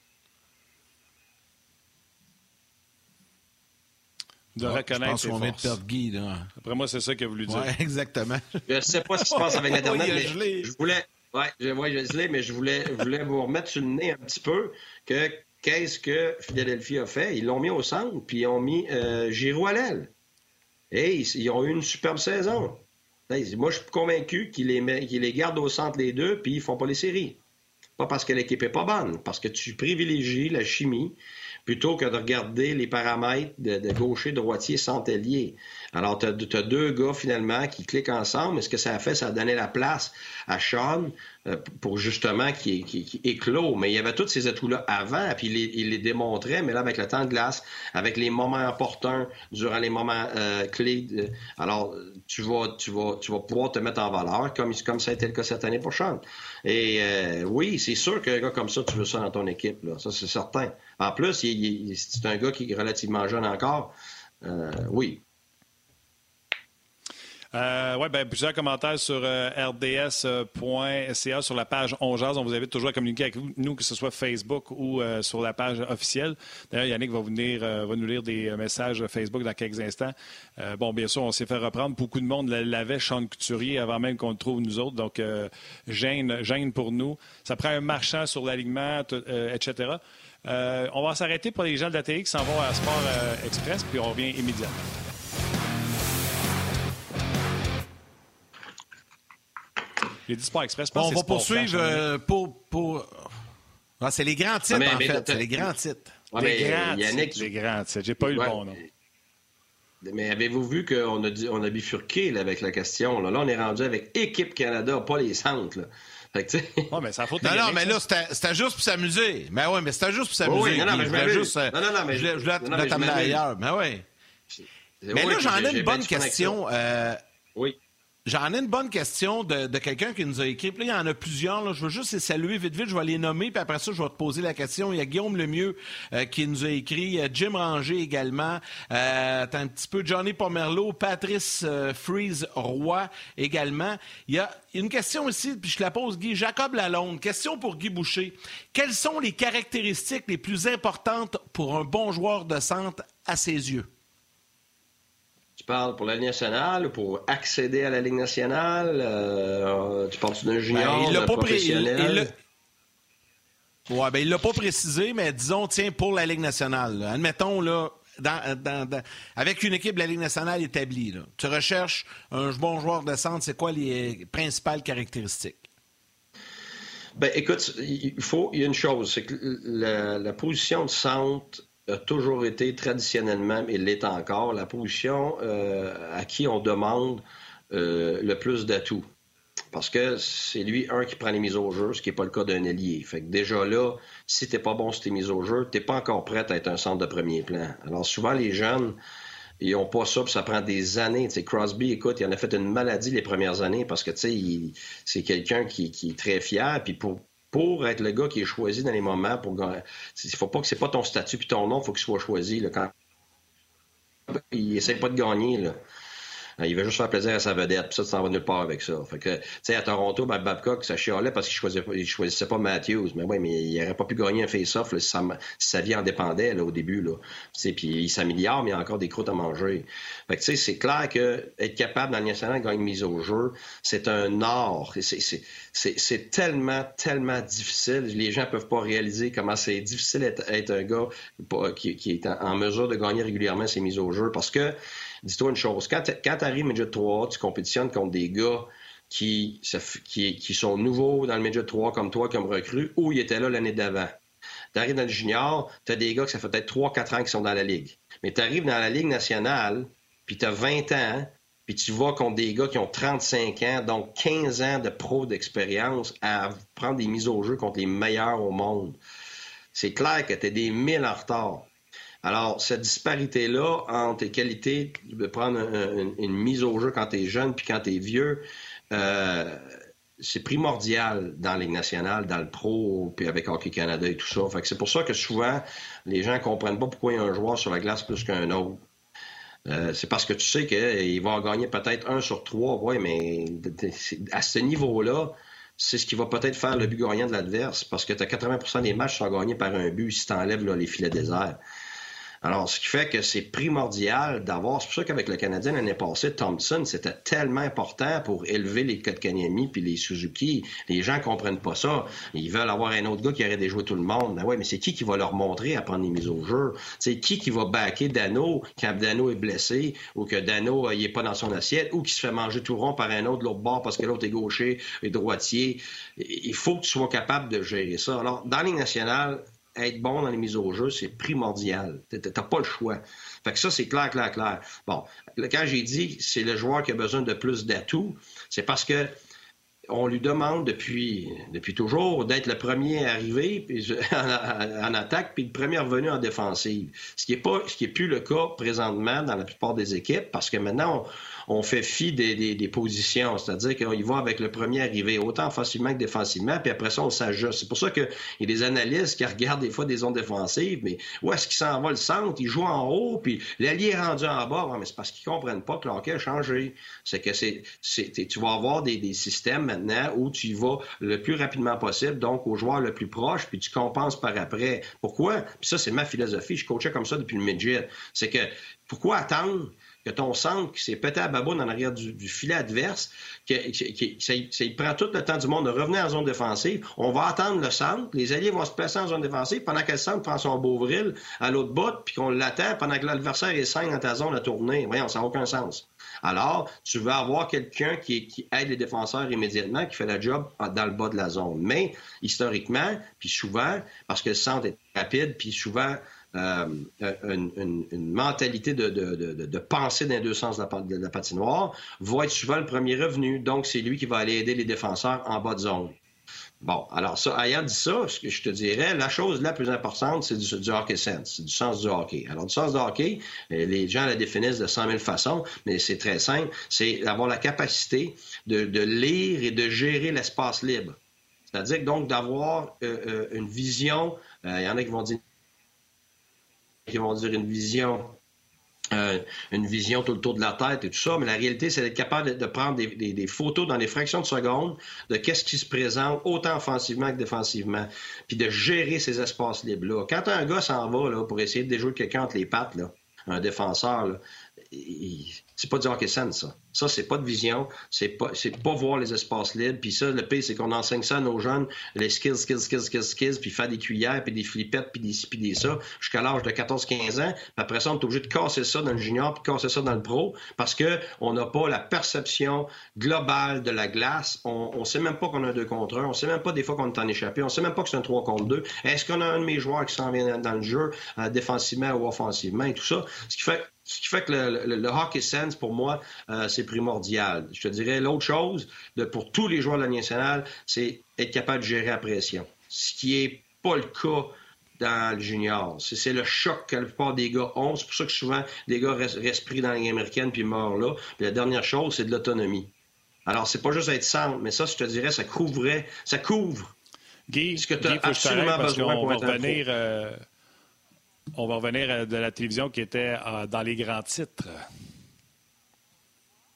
de reconnaître ses forces. Je pense qu'on vient de perdre Guy, là. Après moi, c'est ça qu'il a voulu dire. Oui, exactement. Je ne sais pas ce qui se passe avec l'Internet, mais je voulais... Oui, je l'ai, mais je voulais vous remettre sur le nez un petit peu que qu'est-ce que Philadelphie a fait? Ils l'ont mis au centre, puis ils ont mis Giroux à l'aile. Et ils ont eu une superbe saison. Moi, je suis convaincu qu'ils les gardent au centre les deux, puis ils font pas les séries. Pas parce que l'équipe est pas bonne, parce que tu privilégies la chimie plutôt que de regarder les paramètres de gaucher, droitier, centre-ailier. Alors, tu as deux gars, finalement, qui cliquent ensemble. Et ce que ça a fait, ça a donné la place à Sean pour justement qu'il éclot. Mais il y avait tous ces atouts-là avant, puis il les démontrait. Mais là, avec le temps de glace, avec les moments opportuns, durant les moments clés, alors, tu vas pouvoir te mettre en valeur, comme ça a été le cas cette année pour Sean. Et oui, c'est sûr qu'un gars comme ça, tu veux ça dans ton équipe. Là. Ça, c'est certain. En plus, c'est un gars qui est relativement jeune encore. Oui. Oui, plusieurs commentaires sur rds.ca sur la page On Jase. On vous invite toujours à communiquer avec nous, que ce soit Facebook ou sur la page officielle. D'ailleurs, Yannick va nous lire des messages Facebook dans quelques instants. Bien sûr, on s'est fait reprendre. Beaucoup de monde l'avait, Sean Couturier, avant même qu'on le trouve nous autres. Donc, gêne pour nous. Ça prend un marchand sur l'alignement, etc. On va s'arrêter pour les gens de la télé qui s'en vont à Sport Express, puis on revient immédiatement. J'ai dit Sport Express. On va poursuivre pour... Ah, c'est les grands titres, en fait. C'est les grands titres. Les grands titres. J'ai pas eu le bon nom. Mais avez-vous vu qu'on a bifurqué là, avec la question? Là, on est rendu avec Équipe Canada, pas les centres. Là. Fait que, mais ça faut non, mais là, c'était juste pour s'amuser. Mais oui, mais c'était juste pour s'amuser. Je voulais t'amener ailleurs. Mais oui. Mais là, j'en ai une bonne question. Oui. J'en ai une bonne question de quelqu'un qui nous a écrit. Puis là, il y en a plusieurs. Là. Je veux juste les saluer vite. Je vais les nommer. Puis après ça, je vais te poser la question. Il y a Guillaume Lemieux qui nous a écrit. Il y a Jim Ranger également. T'as un petit peu Johnny Pomerleau. Patrice Freeze-Roy également. Il y a une question ici, puis je la pose, Guy. Jacob Lalonde. Question pour Guy Boucher. Quelles sont les caractéristiques les plus importantes pour un bon joueur de centre à ses yeux? Tu parles pour la Ligue nationale, pour accéder à la Ligue nationale? Tu parles d'un junior, d'un professionnel? Il l'a pas précisé, mais disons, pour la Ligue nationale. Là. Admettons, là, avec une équipe de la Ligue nationale établie, là, tu recherches un bon joueur de centre, c'est quoi les principales caractéristiques? Écoute, il y a une chose, c'est que la position de centre a toujours été traditionnellement, et l'est encore, la position à qui on demande le plus d'atouts. Parce que c'est lui, qui prend les mises au jeu, ce qui n'est pas le cas d'un ailier. Fait que déjà là, si t'es pas bon sur tes mises au jeu, t'es pas encore prêt à être un centre de premier plan. Alors souvent, les jeunes, ils n'ont pas ça, puis ça prend des années. T'sais, Crosby, écoute, il en a fait une maladie les premières années parce que c'est quelqu'un qui est très fier, puis pour être le gars qui est choisi dans les moments pour gagner. Il faut pas que c'est pas ton statut puis ton nom, il faut qu'il soit choisi. Là, quand il essaie pas de gagner. Là. Il veut juste faire plaisir à sa vedette, puis ça, tu s'en vas nulle part avec ça. Fait que, tu sais, à Toronto, Babcock, ça chialait parce qu'il choisissait pas Matthews. Mais oui, mais il aurait pas pu gagner un face-off là, si sa vie en dépendait là, au début. Là. Puis il s'améliore, mais il y a encore des croûtes à manger. Fait que, tu sais, c'est clair que être capable dans le national de gagner une mise au jeu, c'est un art. C'est tellement, tellement difficile. Les gens peuvent pas réaliser comment c'est difficile d'être un gars qui est en mesure de gagner régulièrement ses mises au jeu. Parce que, dis-toi une chose, quand tu arrives midget 3, tu compétitionnes contre des gars qui sont nouveaux dans le midget 3 comme toi, comme recrue, ou ils étaient là l'année d'avant. Tu arrives dans le junior, tu as des gars que ça fait peut-être 3-4 ans qu'ils sont dans la ligue. Mais tu arrives dans la Ligue nationale, puis tu as 20 ans, puis tu vas contre des gars qui ont 35 ans, donc 15 ans de pro d'expérience à prendre des mises au jeu contre les meilleurs au monde. C'est clair que tu es des 1000 en retard. Alors, cette disparité-là entre tes qualités de prendre une mise au jeu quand tu es jeune puis quand tu es vieux, c'est primordial dans la Ligue nationale, dans le pro, puis avec Hockey Canada et tout ça. Fait que c'est pour ça que souvent, les gens ne comprennent pas pourquoi il y a un joueur sur la glace plus qu'un autre. C'est parce que tu sais qu'il va en gagner peut-être 1 sur 3, ouais, mais à ce niveau-là, c'est ce qui va peut-être faire le but gagnant de l'adverse, parce que tu as 80% des matchs qui sont gagnés par un but si tu enlèves les filets déserts. Alors, ce qui fait que c'est primordial d'avoir... C'est pour ça qu'avec le Canadien l'année passée, Thompson, c'était tellement important pour élever les Kotkaniemi puis les Suzuki. Les gens comprennent pas ça. Ils veulent avoir un autre gars qui aurait déjoué tout le monde. Ben ouais, mais c'est qui va leur montrer à prendre les mises au jeu? C'est qui va backer Dano quand Dano est blessé ou que Dano il est pas dans son assiette ou qui se fait manger tout rond par un autre de l'autre bord parce que l'autre est gaucher et droitier? Il faut que tu sois capable de gérer ça. Alors, dans les nationales, être bon dans les mises au jeu, c'est primordial. T'as pas le choix. Fait que ça, c'est clair. Bon, quand j'ai dit c'est le joueur qui a besoin de plus d'atouts, c'est parce que on lui demande depuis toujours d'être le premier arrivé en attaque puis le premier revenu en défensive. Ce qui est plus le cas présentement dans la plupart des équipes parce que maintenant on fait fi des positions, c'est-à-dire qu'il va avec le premier arrivé autant offensivement que défensivement, puis après ça on s'ajuste. C'est pour ça qu'il y a des analystes qui regardent des fois des zones défensives, mais où est-ce qu'il s'en va le centre? Il joue en haut, puis l'allié est rendu en bas. Ouais, mais c'est parce qu'ils comprennent pas que le hockey a changé. C'est que tu vas avoir des systèmes maintenant où tu y vas le plus rapidement possible, donc au joueur le plus proche, puis tu compenses par après. Pourquoi? Puis ça, c'est ma philosophie. Je coachais comme ça depuis le midget. C'est que pourquoi attendre que ton centre qui s'est pété à baboune en arrière du filet adverse, il prend tout le temps du monde de revenir en zone défensive. On va attendre le centre, les alliés vont se placer en zone défensive pendant que le centre prend son beau vril à l'autre bout, puis qu'on l'attend pendant que l'adversaire est 5 dans ta zone à tourner. Voyons, ça n'a aucun sens. Alors, tu veux avoir quelqu'un qui aide les défenseurs immédiatement, qui fait le job dans le bas de la zone. Mais, historiquement, puis souvent, parce que le centre est rapide, puis souvent... une mentalité de penser dans les deux sens de la patinoire va être souvent le premier revenu. Donc, c'est lui qui va aller aider les défenseurs en bas de zone. Bon, alors ça, ayant dit ça, ce que je te dirais, la chose la plus importante, c'est du hockey sense, c'est du sens du hockey. Alors, du sens du hockey, les gens la définissent de 100 000 façons, mais c'est très simple, c'est d'avoir la capacité de lire et de gérer l'espace libre. C'est-à-dire donc d'avoir une vision, il y en a qui vont dire une vision tout le tour de la tête et tout ça, mais la réalité, c'est d'être capable de prendre des photos dans des fractions de secondes de qu'est-ce qui se présente, autant offensivement que défensivement, puis de gérer ces espaces libres-là. Quand un gars s'en va là, pour essayer de déjouer quelqu'un entre les pattes, là, un défenseur, là, c'est pas du hockey sense, ça. Ça, c'est pas de vision, c'est pas voir les espaces libres. Puis ça, le pire, c'est qu'on enseigne ça à nos jeunes, les skills, puis faire des cuillères, puis des flippettes, puis des ci, puis des ça, jusqu'à l'âge de 14-15 ans. Puis après ça, on est obligé de casser ça dans le junior, puis casser ça dans le pro, parce que on n'a pas la perception globale de la glace. On sait même pas qu'on a un 2 contre 1, on sait même pas des fois qu'on est en échappé, on sait même pas que c'est un 3 contre 2. Est-ce qu'on a un de mes joueurs qui s'en vient dans le jeu, défensivement ou offensivement, et tout ça? Ce qui fait que le hockey sense, pour moi, c'est primordial. Je te dirais, l'autre chose, pour tous les joueurs de la Ligue nationale, c'est être capable de gérer la pression. Ce qui n'est pas le cas dans le junior. C'est le choc que la plupart des gars ont. C'est pour ça que souvent, des gars restent pris dans la Ligue américaine puis meurent là. Puis la dernière chose, c'est de l'autonomie. Alors, c'est pas juste être centre, mais ça, je te dirais, ça couvre Guy, ce que tu as absolument besoin pour être un pro. On va revenir de la télévision qui était dans les grands titres.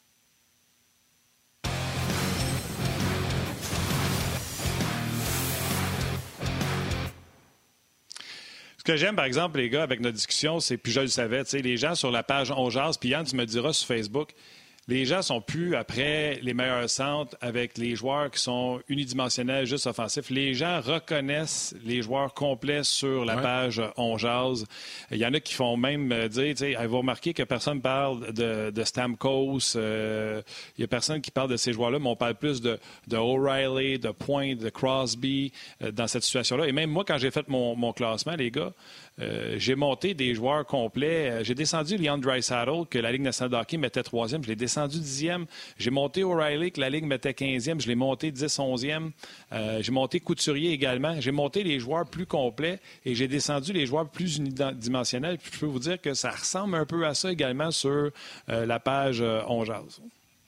que j'aime, par exemple, les gars, avec notre discussion, c'est, puis je le savais, tu sais, les gens sur la page On Jase, puis Yann, tu me diras sur Facebook, les gens sont plus après les meilleurs centres avec les joueurs qui sont unidimensionnels, juste offensifs. Les gens reconnaissent les joueurs complets sur la page On Jase. Il y en a qui font même dire, tu sais, vous remarquez que personne parle de Stamkos. Il y a personne qui parle de ces joueurs-là, mais on parle plus de O'Reilly, de Point, de Crosby dans cette situation-là. Et même moi, quand j'ai fait mon classement, les gars, j'ai monté des joueurs complets. J'ai descendu Leon Draisaitl, que la Ligue nationale de hockey mettait 3e. Je l'ai descendu 10e. J'ai monté O'Reilly, que la Ligue mettait 15e. Je l'ai monté 10-11e. J'ai monté Couturier également. J'ai monté les joueurs plus complets et j'ai descendu les joueurs plus unidimensionnels. Puis je peux vous dire que ça ressemble un peu à ça également sur la page On Jase.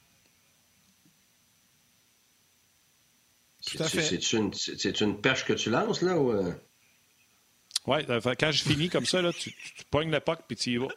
Tout à fait. C'est une perche que tu lances, là? Ou... Oui, quand je finis comme ça, là, tu pognes le puck puis tu y vas.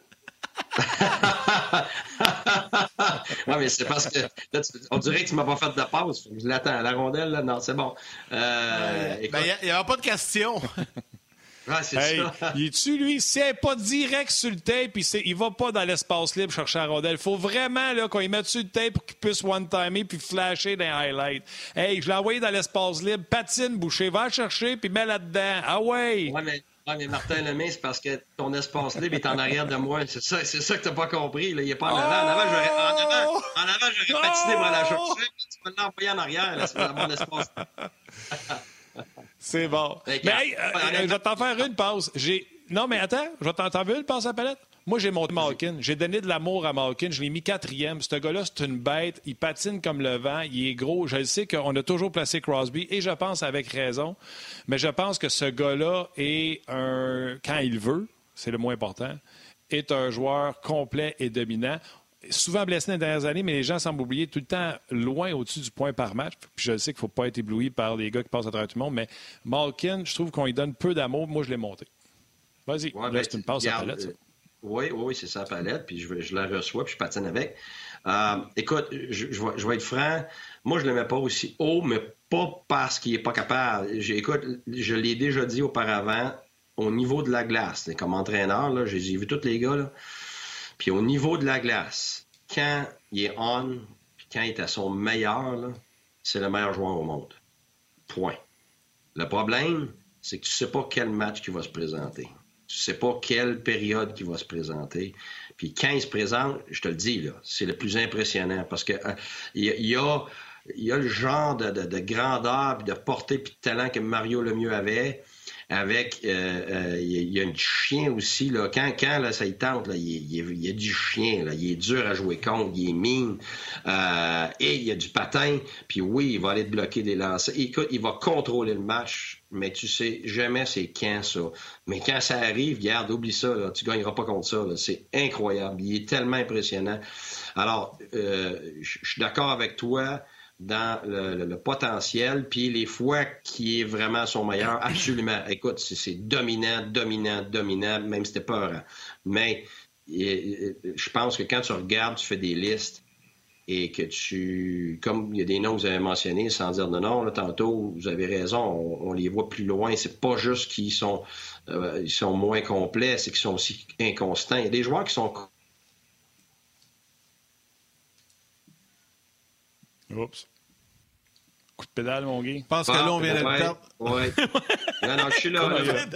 Non, mais c'est parce que là, on dirait que tu m'as pas fait de pause. Je l'attends. La rondelle, là, non, c'est bon. Il n'y aura pas de question. Ouais, c'est ça. Il est-tu, lui? Si elle n'est pas direct sur le tape, il va pas dans l'espace libre chercher la rondelle. Il faut vraiment là, qu'on y mette sur le tape pour qu'il puisse one-timer puis flasher dans les highlights. Hey, je l'ai envoyé dans l'espace libre. Patine, Boucher, va chercher puis mets là-dedans. Ah ouais! Ouais, mais Martin Lemay, c'est parce que ton espace libre est en arrière de moi. C'est ça que tu n'as pas compris. Là. Il n'est pas en avant. En avant, j'aurais patiné pour la chercher. Tu peux l'envoyer en arrière. Là, c'est dans mon espace. C'est bon. Mais hey, je vais t'en faire une passe. Non, mais attends, je vais t'en faire une passe à la palette. Moi, j'ai monté Malkin. J'ai donné de l'amour à Malkin. Je l'ai mis 4e. Ce gars-là, c'est une bête. Il patine comme le vent. Il est gros. Je le sais qu'on a toujours placé Crosby et je pense avec raison. Mais je pense que ce gars-là est quand il veut, c'est le moins important, est un joueur complet et dominant. Souvent blessé dans les dernières années, mais les gens semblent oublier tout le temps loin au-dessus du point par match. Puis je sais qu'il ne faut pas être ébloui par les gars qui passent à travers tout le monde, mais Malkin, je trouve qu'on lui donne peu d'amour. Moi, je l'ai monté. Vas-y, là, c'est une passe à la palette, ça. Oui, c'est ça la palette, puis je la reçois, puis je patine avec. Écoute, je vais être franc, moi, je ne le mets pas aussi haut, mais pas parce qu'il n'est pas capable. Écoute, je l'ai déjà dit auparavant, au niveau de la glace, comme entraîneur, là, j'ai vu tous les gars, là. Puis au niveau de la glace, quand il est on, puis quand il est à son meilleur, là, c'est le meilleur joueur au monde. Point. Le problème, c'est que tu ne sais pas quel match qui va se présenter. Tu ne sais pas quelle période qui va se présenter. Puis quand il se présente, je te le dis, là, c'est le plus impressionnant parce que il y a le genre de grandeur, puis de portée, puis de talent que Mario Lemieux avait. Avec, il y a un chien aussi, là. Quand là, ça y tente, là, il y a du chien, là. Il est dur à jouer contre, il est mine. Et il y a du patin. Puis oui, il va aller te bloquer des lancers. Écoute, il va contrôler le match, mais tu sais jamais c'est quand ça. Mais quand ça arrive, regarde, oublie ça, là. Tu gagneras pas contre ça, là. C'est incroyable. Il est tellement impressionnant. Alors, je suis d'accord avec toi dans le potentiel, puis les fois qui est vraiment son meilleur, absolument. Écoute, c'est dominant, même si c'était peurant. Mais je pense que quand tu regardes, tu fais des listes et que comme il y a des noms que vous avez mentionnés, sans dire de nom, là, tantôt, vous avez raison, on les voit plus loin. C'est pas juste qu'ils sont moins complets, c'est qu'ils sont aussi inconstants. Il y a des joueurs qui sont... Oups. Coup de pédale, mon gars. Je pense que là, on vient de le perdre. Oui. Non, je suis là.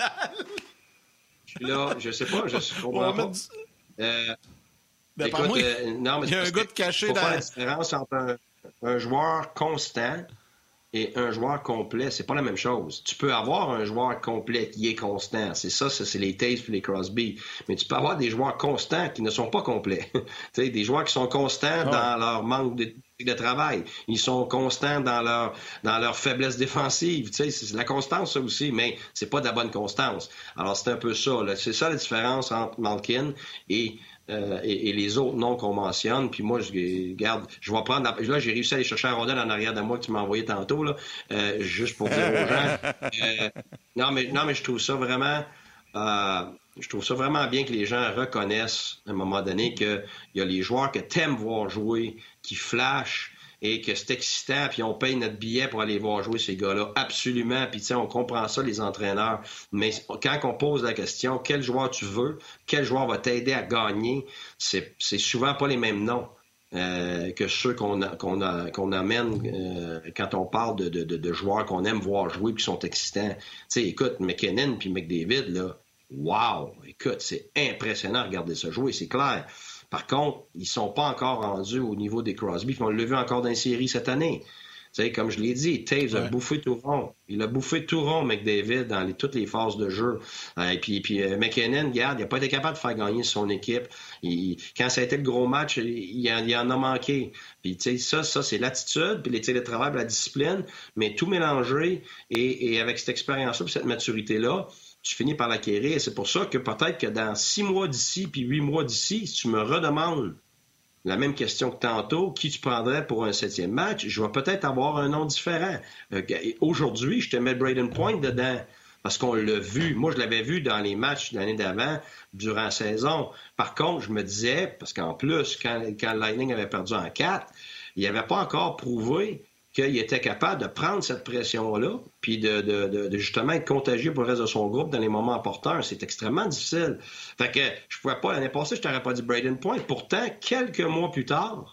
Je suis là. Je sais pas. Je comprends pas. Écoute, moi, non, mais il y a un gars de caché dans... dans... faire la différence entre un joueur constant et un joueur complet. C'est pas la même chose. Tu peux avoir un joueur complet qui est constant. C'est les Taves et les Crosby. Mais tu peux avoir des joueurs constants qui ne sont pas complets. Tu sais, des joueurs qui sont constants dans leur manque de travail. Ils sont constants dans leur faiblesse défensive. Tu sais, c'est la constance, ça aussi, mais c'est pas de la bonne constance. Alors, c'est un peu ça, là. C'est ça la différence entre Malkin et les autres noms qu'on mentionne. Puis moi, je vais prendre... Là, j'ai réussi à aller chercher un rondelle en arrière de moi que tu m'as envoyé tantôt, là, juste pour dire aux gens... Non, mais je trouve ça vraiment... je trouve ça vraiment bien que les gens reconnaissent, à un moment donné, qu'il y a les joueurs que t'aimes voir jouer, qui flashent, et que c'est excitant, puis on paye notre billet pour aller voir jouer ces gars-là. Absolument. Puis, tu sais, on comprend ça, les entraîneurs. Mais quand on pose la question, quel joueur tu veux, quel joueur va t'aider à gagner, c'est souvent pas les mêmes noms. Que ceux qu'on amène quand on parle de joueurs qu'on aime voir jouer et qui sont excitants. Tu sais, écoute, McKinnon puis McDavid, là, wow! Écoute, c'est impressionnant de regarder ça jouer, c'est clair. Par contre, ils sont pas encore rendus au niveau des Crosby, puis on l'a vu encore dans les séries cette année. Tu sais, comme je l'ai dit, Taves a bouffé tout rond. Il a bouffé tout rond, McDavid, dans toutes les phases de jeu. Et puis McKinnon, regarde, il n'a pas été capable de faire gagner son équipe. Quand ça a été le gros match, il en a manqué. Puis, tu sais, ça, c'est l'attitude, puis les télétravail, la discipline, mais tout mélangé et avec cette expérience-là, puis cette maturité-là, tu finis par l'acquérir. Et c'est pour ça que peut-être que dans 6 mois d'ici, puis 8 mois d'ici, si tu me redemandes la même question que tantôt, qui tu prendrais pour un 7e match, je vais peut-être avoir un nom différent. Aujourd'hui, je te mets Brayden Point dedans, parce qu'on l'a vu. Moi, je l'avais vu dans les matchs de l'année d'avant, durant la saison. Par contre, je me disais, parce qu'en plus, quand le Lightning avait perdu en 4, il n'avait pas encore prouvé qu'il était capable de prendre cette pression-là, puis de justement être contagieux pour le reste de son groupe dans les moments importants. C'est extrêmement difficile. Fait que je pouvais pas, l'année passée, je t'aurais pas dit Brayden Point. Pourtant, quelques mois plus tard,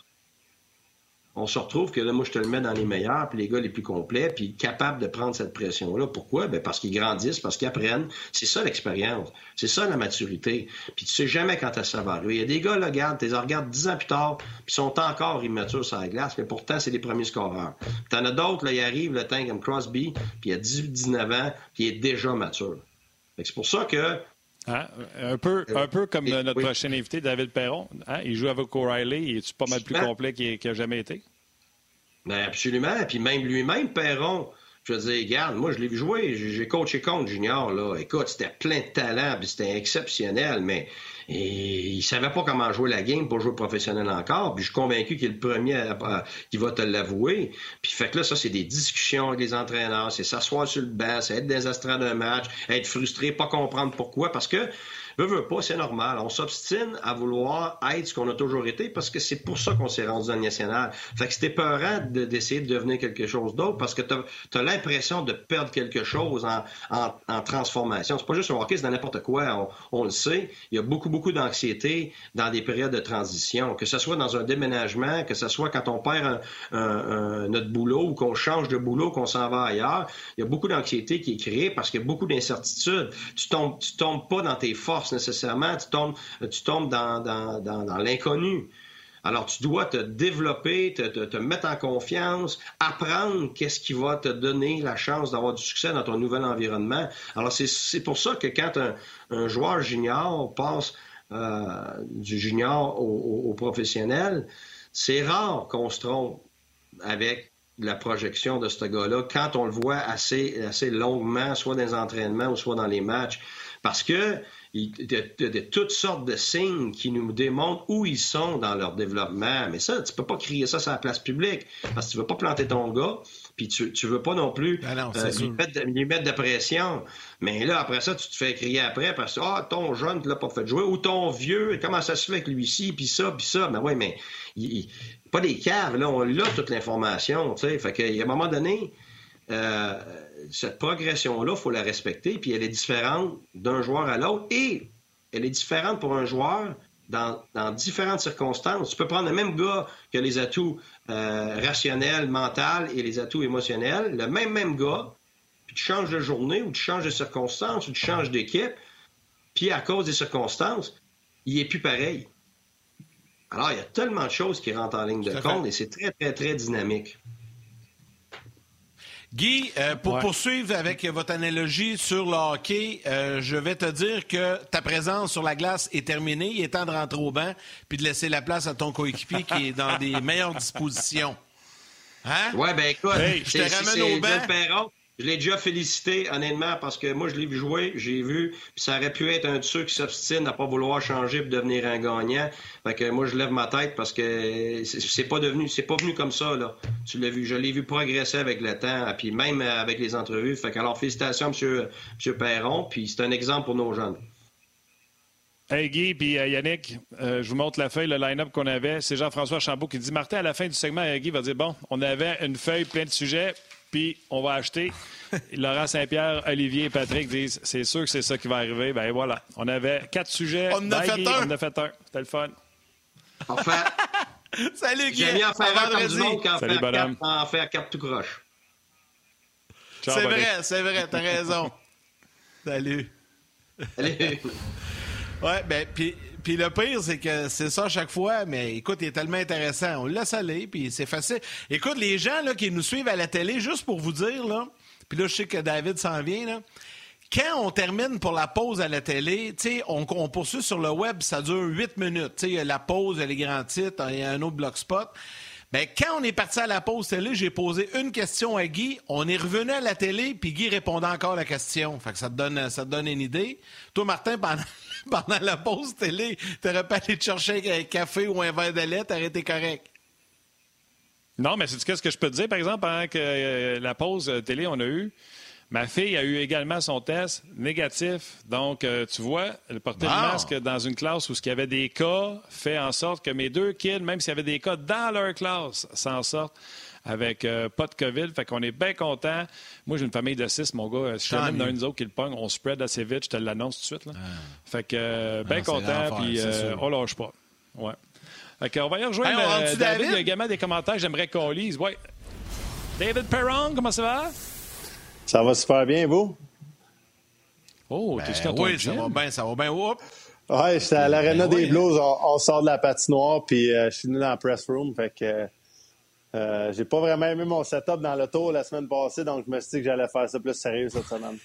on se retrouve que là, moi, je te le mets dans les meilleurs, puis les gars les plus complets, puis capables de prendre cette pression-là. Pourquoi? Ben parce qu'ils grandissent, parce qu'ils apprennent. C'est ça l'expérience. C'est ça la maturité. Puis tu sais jamais quand ça va arriver. Il y a des gars, là, regarde, tu les regardes 10 ans plus tard, puis sont encore immatures sur la glace, mais pourtant, c'est les premiers scoreurs. Puis t'en as d'autres, là, ils arrivent, le temps comme Crosby, puis il a 18-19 ans, puis il est déjà mature. Fait que c'est pour ça que hein? Un peu comme notre prochain invité, David Perron. Hein? Il joue avec O'Reilly. Il est pas mal plus complet qu'il n'a jamais été? Ben absolument. Puis même lui-même, Perron, je veux dire, regarde, moi, je l'ai vu jouer. J'ai coaché contre Junior, là. Écoute, c'était plein de talent, puis c'était exceptionnel, mais il savait pas comment jouer la game pour jouer professionnel encore. Puis je suis convaincu qu'il est le premier qui va te l'avouer. Puis fait que là, ça, c'est des discussions avec les entraîneurs. C'est s'asseoir sur le banc, c'est être désastreint d'un match, être frustré, pas comprendre pourquoi. Parce que veut pas, c'est normal. On s'obstine à vouloir être ce qu'on a toujours été parce que c'est pour ça qu'on s'est rendu dans le national. Fait que c'était peurant d'essayer de devenir quelque chose d'autre parce que t'as l'impression de perdre quelque chose en transformation. C'est pas juste au hockey, c'est dans n'importe quoi. On le sait. Il y a beaucoup d'anxiété dans des périodes de transition. Que ce soit dans un déménagement, que ce soit quand on perd notre boulot ou qu'on change de boulot, qu'on s'en va ailleurs. Il y a beaucoup d'anxiété qui est créée parce qu'il y a beaucoup d'incertitudes. Tu tombes pas dans tes forces nécessairement, tu tombes dans l'inconnu. Alors, tu dois te développer, te mettre en confiance, apprendre qu'est-ce qui va te donner la chance d'avoir du succès dans ton nouvel environnement. Alors, c'est pour ça que quand un joueur junior passe du junior au professionnel, c'est rare qu'on se trompe avec la projection de ce gars-là quand on le voit assez longuement, soit dans les entraînements ou soit dans les matchs. Parce que il y a toutes sortes de signes qui nous démontrent où ils sont dans leur développement. Mais ça, tu peux pas crier ça sur la place publique parce que tu veux pas planter ton gars, puis tu veux pas non plus lui mettre de pression. Mais là, après ça, tu te fais crier après parce que ton jeune, tu l'as pas fait jouer, ou ton vieux, comment ça se fait avec lui-ci, puis ça. Ben oui, mais pas des caves, là, on a toute l'information, tu sais. Fait qu'à un moment donné, cette progression-là, il faut la respecter, puis elle est différente d'un joueur à l'autre, et elle est différente pour un joueur dans différentes circonstances. Tu peux prendre le même gars qui a les atouts rationnels, mentaux et les atouts émotionnels, le même gars, puis tu changes de journée, ou tu changes de circonstances, ou tu changes d'équipe, puis à cause des circonstances, il est plus pareil. Alors, il y a tellement de choses qui rentrent en ligne de compte, et c'est très, très, très dynamique. Guy, pour poursuivre avec votre analogie sur le hockey, je vais te dire que ta présence sur la glace est terminée. Il est temps de rentrer au banc puis de laisser la place à ton coéquipier qui est dans des meilleures dispositions. Hein? Oui, bien écoute, je te ramène au banc. Je l'ai déjà félicité, honnêtement, parce que moi, je l'ai vu jouer, j'ai vu, puis ça aurait pu être un de ceux qui s'obstine à pas vouloir changer pour devenir un gagnant. Fait que moi, je lève ma tête parce que c'est pas venu comme ça, là. Tu l'as vu, je l'ai vu progresser avec le temps, puis même avec les entrevues. Fait que alors, félicitations, monsieur Perron, puis c'est un exemple pour nos jeunes. Hey Guy puis Yannick, je vous montre la feuille, le line-up qu'on avait. C'est Jean-François Chambault qui dit Martin, à la fin du segment, Guy va dire bon, on avait une feuille pleine de sujets, puis on va acheter. Laurent Saint-Pierre, Olivier et Patrick disent c'est sûr que c'est ça qui va arriver. Ben voilà, on avait 4 sujets. On en a fait un. On en a fait un. C'était le fun. Enfin, salut Guy. j'ai mis en faire un comme du monde Salut, en faire 4 tout croche. Ciao, c'est vrai, t'as raison. Salut. Allez. Ouais, ben, puis le pire, c'est que c'est ça à chaque fois, mais écoute, il est tellement intéressant. On le laisse aller, puis c'est facile. Écoute, les gens là, qui nous suivent à la télé, juste pour vous dire, là, puis là, je sais que David s'en vient, là, quand on termine pour la pause à la télé, tu sais, on poursuit sur le web, ça dure 8 minutes. Tu sais, il y a la pause, il y a les grands titres, il y a un autre bloc spot. Bien, quand on est parti à la pause télé, j'ai posé une question à Guy. On est revenu à la télé, puis Guy répondait encore à la question. Fait que ça te donne une idée. Toi, Martin, pendant la pause télé, t'aurais pas allé te chercher un café ou un verre de lait, t'aurais été correct. Non, mais c'est qu'est-ce que je peux te dire, par exemple, pendant que la pause télé, on a eu. Ma fille a eu également son test négatif. Donc, tu vois, elle portait le masque dans une classe où il y avait des cas fait en sorte que mes 2 kids, même s'il y avait des cas dans leur classe, s'en sortent avec pas de COVID. Fait qu'on est bien contents. Moi, j'ai une famille de 6, mon gars. Si jamais il y en a un des autres qui le pogne, on spread assez vite. Je te l'annonce tout de suite. Là. Fait que bien content. Puis on lâche pas. Ouais. Fait qu'on va y rejoindre David. Il y a également des commentaires. J'aimerais qu'on lise. Ouais. David Perron, comment ça va? Ça va super bien, vous? Oh, t'es dans ton oui, gym? ça va bien. Oups. Ouais, j'étais à l'Arena des Blues. On sort de la patinoire, puis je suis venu dans le press room. Fait que j'ai pas vraiment aimé mon setup dans le tour la semaine passée, donc je me suis dit que j'allais faire ça plus sérieux cette semaine.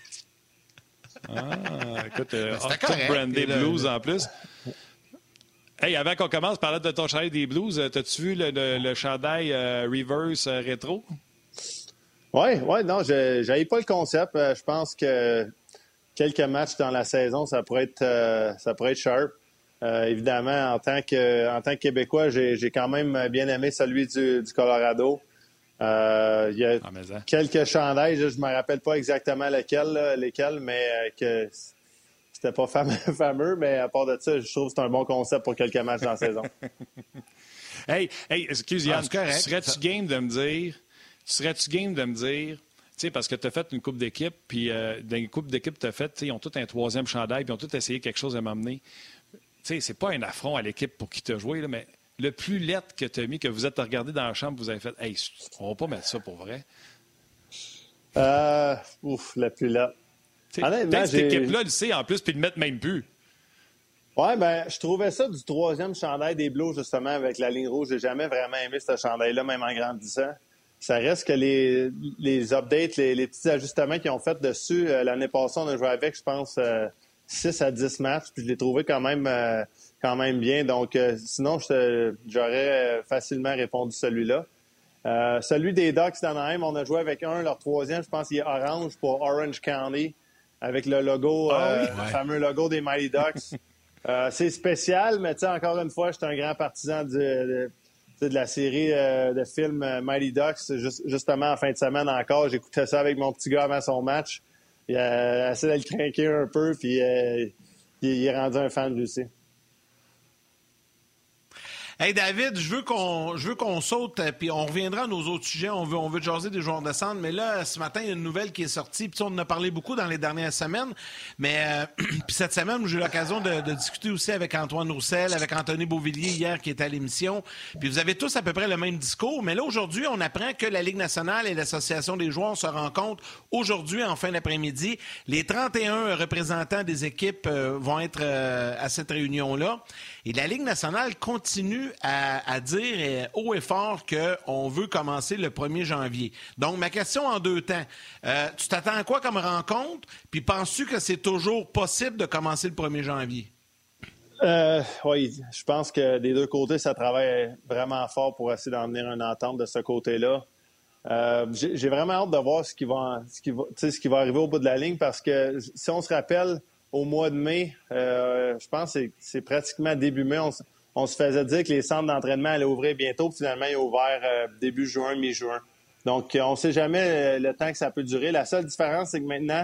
Écoute, tout brandé Blues en plus. Hey, avant qu'on commence, parlant de ton chandail des Blues, t'as-tu vu le chandail reverse rétro? Oui, non, j'avais pas le concept. Je pense que quelques matchs dans la saison, ça pourrait être sharp. Évidemment, en tant que Québécois, j'ai quand même bien aimé celui du Colorado. Il y a quelques chandails, je me rappelle pas exactement lesquels, mais que c'était pas fameux. Mais à part de ça, je trouve que c'est un bon concept pour quelques matchs dans la saison. Hey, excuse Yann, serais-tu game de me dire... tu sais, parce que tu as fait une coupe d'équipe, puis dans une coupe d'équipe que tu as faite, ils ont tous un 3e chandail, puis ils ont tous essayé quelque chose à m'amener. Tu sais, c'est pas un affront à l'équipe pour qui tu as joué, là, mais le plus lettre que tu as mis, que vous êtes regardé dans la chambre, vous avez fait, hey, on va pas mettre ça pour vrai. Le plus lettre. Peut-être cette équipe-là le sait en plus, puis le mettre même plus. Ouais, ben, je trouvais ça du 3e chandail des Blues, justement, avec la ligne rouge. J'ai jamais vraiment aimé ce chandail-là, même en grandissant. Ça reste que les updates, les petits ajustements qu'ils ont fait dessus, l'année passée, on a joué avec, je pense, 6 à 10 matchs, puis je l'ai trouvé quand même bien. Donc, sinon, j'aurais facilement répondu celui-là. Celui des Ducks d'Anaheim, on a joué avec leur 3e, je pense qu'il est orange pour Orange County, avec le logo, le fameux logo des Mighty Ducks. C'est spécial, mais tu sais, encore une fois, j'étais un grand partisan de la série de films Mighty Ducks. Justement, en fin de semaine encore, j'écoutais ça avec mon petit gars avant son match. Il a essayé de le craquer un peu, puis il est rendu un fan lui aussi. Hey David, je veux qu'on saute, puis on reviendra à nos autres sujets. On veut jaser des joueurs de centre, mais là, ce matin, il y a une nouvelle qui est sortie. Puis on en a parlé beaucoup dans les dernières semaines. Mais puis cette semaine, j'ai eu l'occasion de discuter aussi avec Antoine Roussel, avec Anthony Beauvillier hier qui était à l'émission. Puis vous avez tous à peu près le même discours. Mais là, aujourd'hui, on apprend que la Ligue nationale et l'Association des joueurs se rencontrent aujourd'hui en fin d'après-midi. Les 31 représentants des équipes vont être à cette réunion-là. Et la Ligue nationale continue à dire haut et fort qu'on veut commencer le 1er janvier. Donc, ma question en 2 temps. Tu t'attends à quoi comme rencontre? Puis penses-tu que c'est toujours possible de commencer le 1er janvier? Oui, je pense que des 2 côtés, ça travaille vraiment fort pour essayer d'en venir une entente de ce côté-là. J'ai vraiment hâte de voir ce qui va arriver au bout de la ligne parce que si on se rappelle, au mois de mai, je pense que c'est pratiquement début mai, on se faisait dire que les centres d'entraînement allaient ouvrir bientôt, puis finalement, ils ont ouvert début juin, mi-juin. Donc, on ne sait jamais le temps que ça peut durer. La seule différence, c'est que maintenant,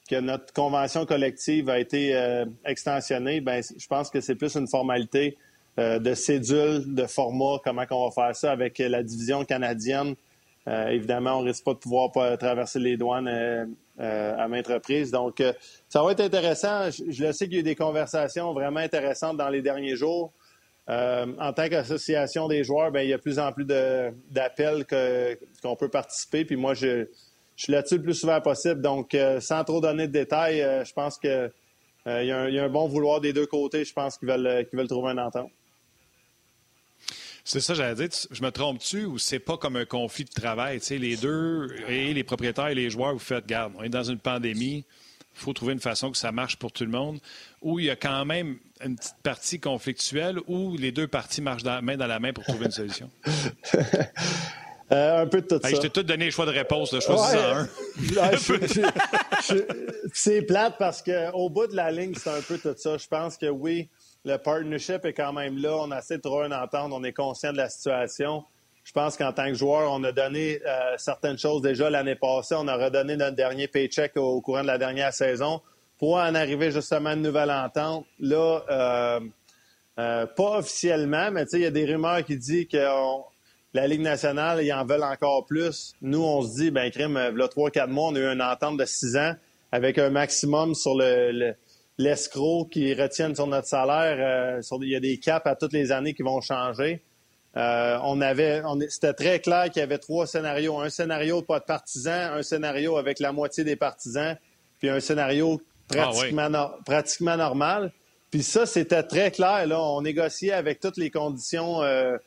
que notre convention collective a été extensionnée, ben je pense que c'est plus une formalité de cédule, de format, comment on va faire ça avec la division canadienne. Évidemment, on risque pas de pouvoir traverser les douanes à maintes reprises. Donc, ça va être intéressant. Je le sais qu'il y a eu des conversations vraiment intéressantes dans les derniers jours. En tant qu'association des joueurs, ben il y a de plus en plus d'appels qu'on peut participer. Puis moi, je suis là-dessus le plus souvent possible. Donc, sans trop donner de détails, je pense que il y a un bon vouloir des deux côtés. Je pense qu'ils veulent trouver une entente. C'est ça, j'allais dire. Je me trompe-tu ou c'est pas comme un conflit de travail? Tu sais, les deux, et les propriétaires et les joueurs, vous faites, garde, on est dans une pandémie, il faut trouver une façon que ça marche pour tout le monde. Ou il y a quand même une petite partie conflictuelle où les deux parties marchent main dans la main pour trouver une solution? Un peu de tout ça. Je t'ai tout donné les choix de réponse. Choisis-en un. C'est plate parce qu'au bout de la ligne, c'est un peu tout ça. Je pense que oui, le partnership est quand même là. On essaie de trouver une entente. On est conscient de la situation. Je pense qu'en tant que joueur, on a donné certaines choses déjà l'année passée. On a redonné notre dernier paycheck au courant de la dernière saison pour en arriver justement à une nouvelle entente. Là, pas officiellement, mais il y a des rumeurs qui disent que la Ligue nationale, ils en veulent encore plus. Nous, on se dit, ben crime, là, 3-4 mois, on a eu une entente de 6 ans avec un maximum sur l'escroc qui retiennent sur notre salaire. Il y a des caps à toutes les années qui vont changer. C'était très clair qu'il y avait 3 scénarios. Un scénario pas de partisans, un scénario avec la moitié des partisans, puis un scénario pratiquement normal. Puis ça, c'était très clair. Là, on négociait avec toutes les conditions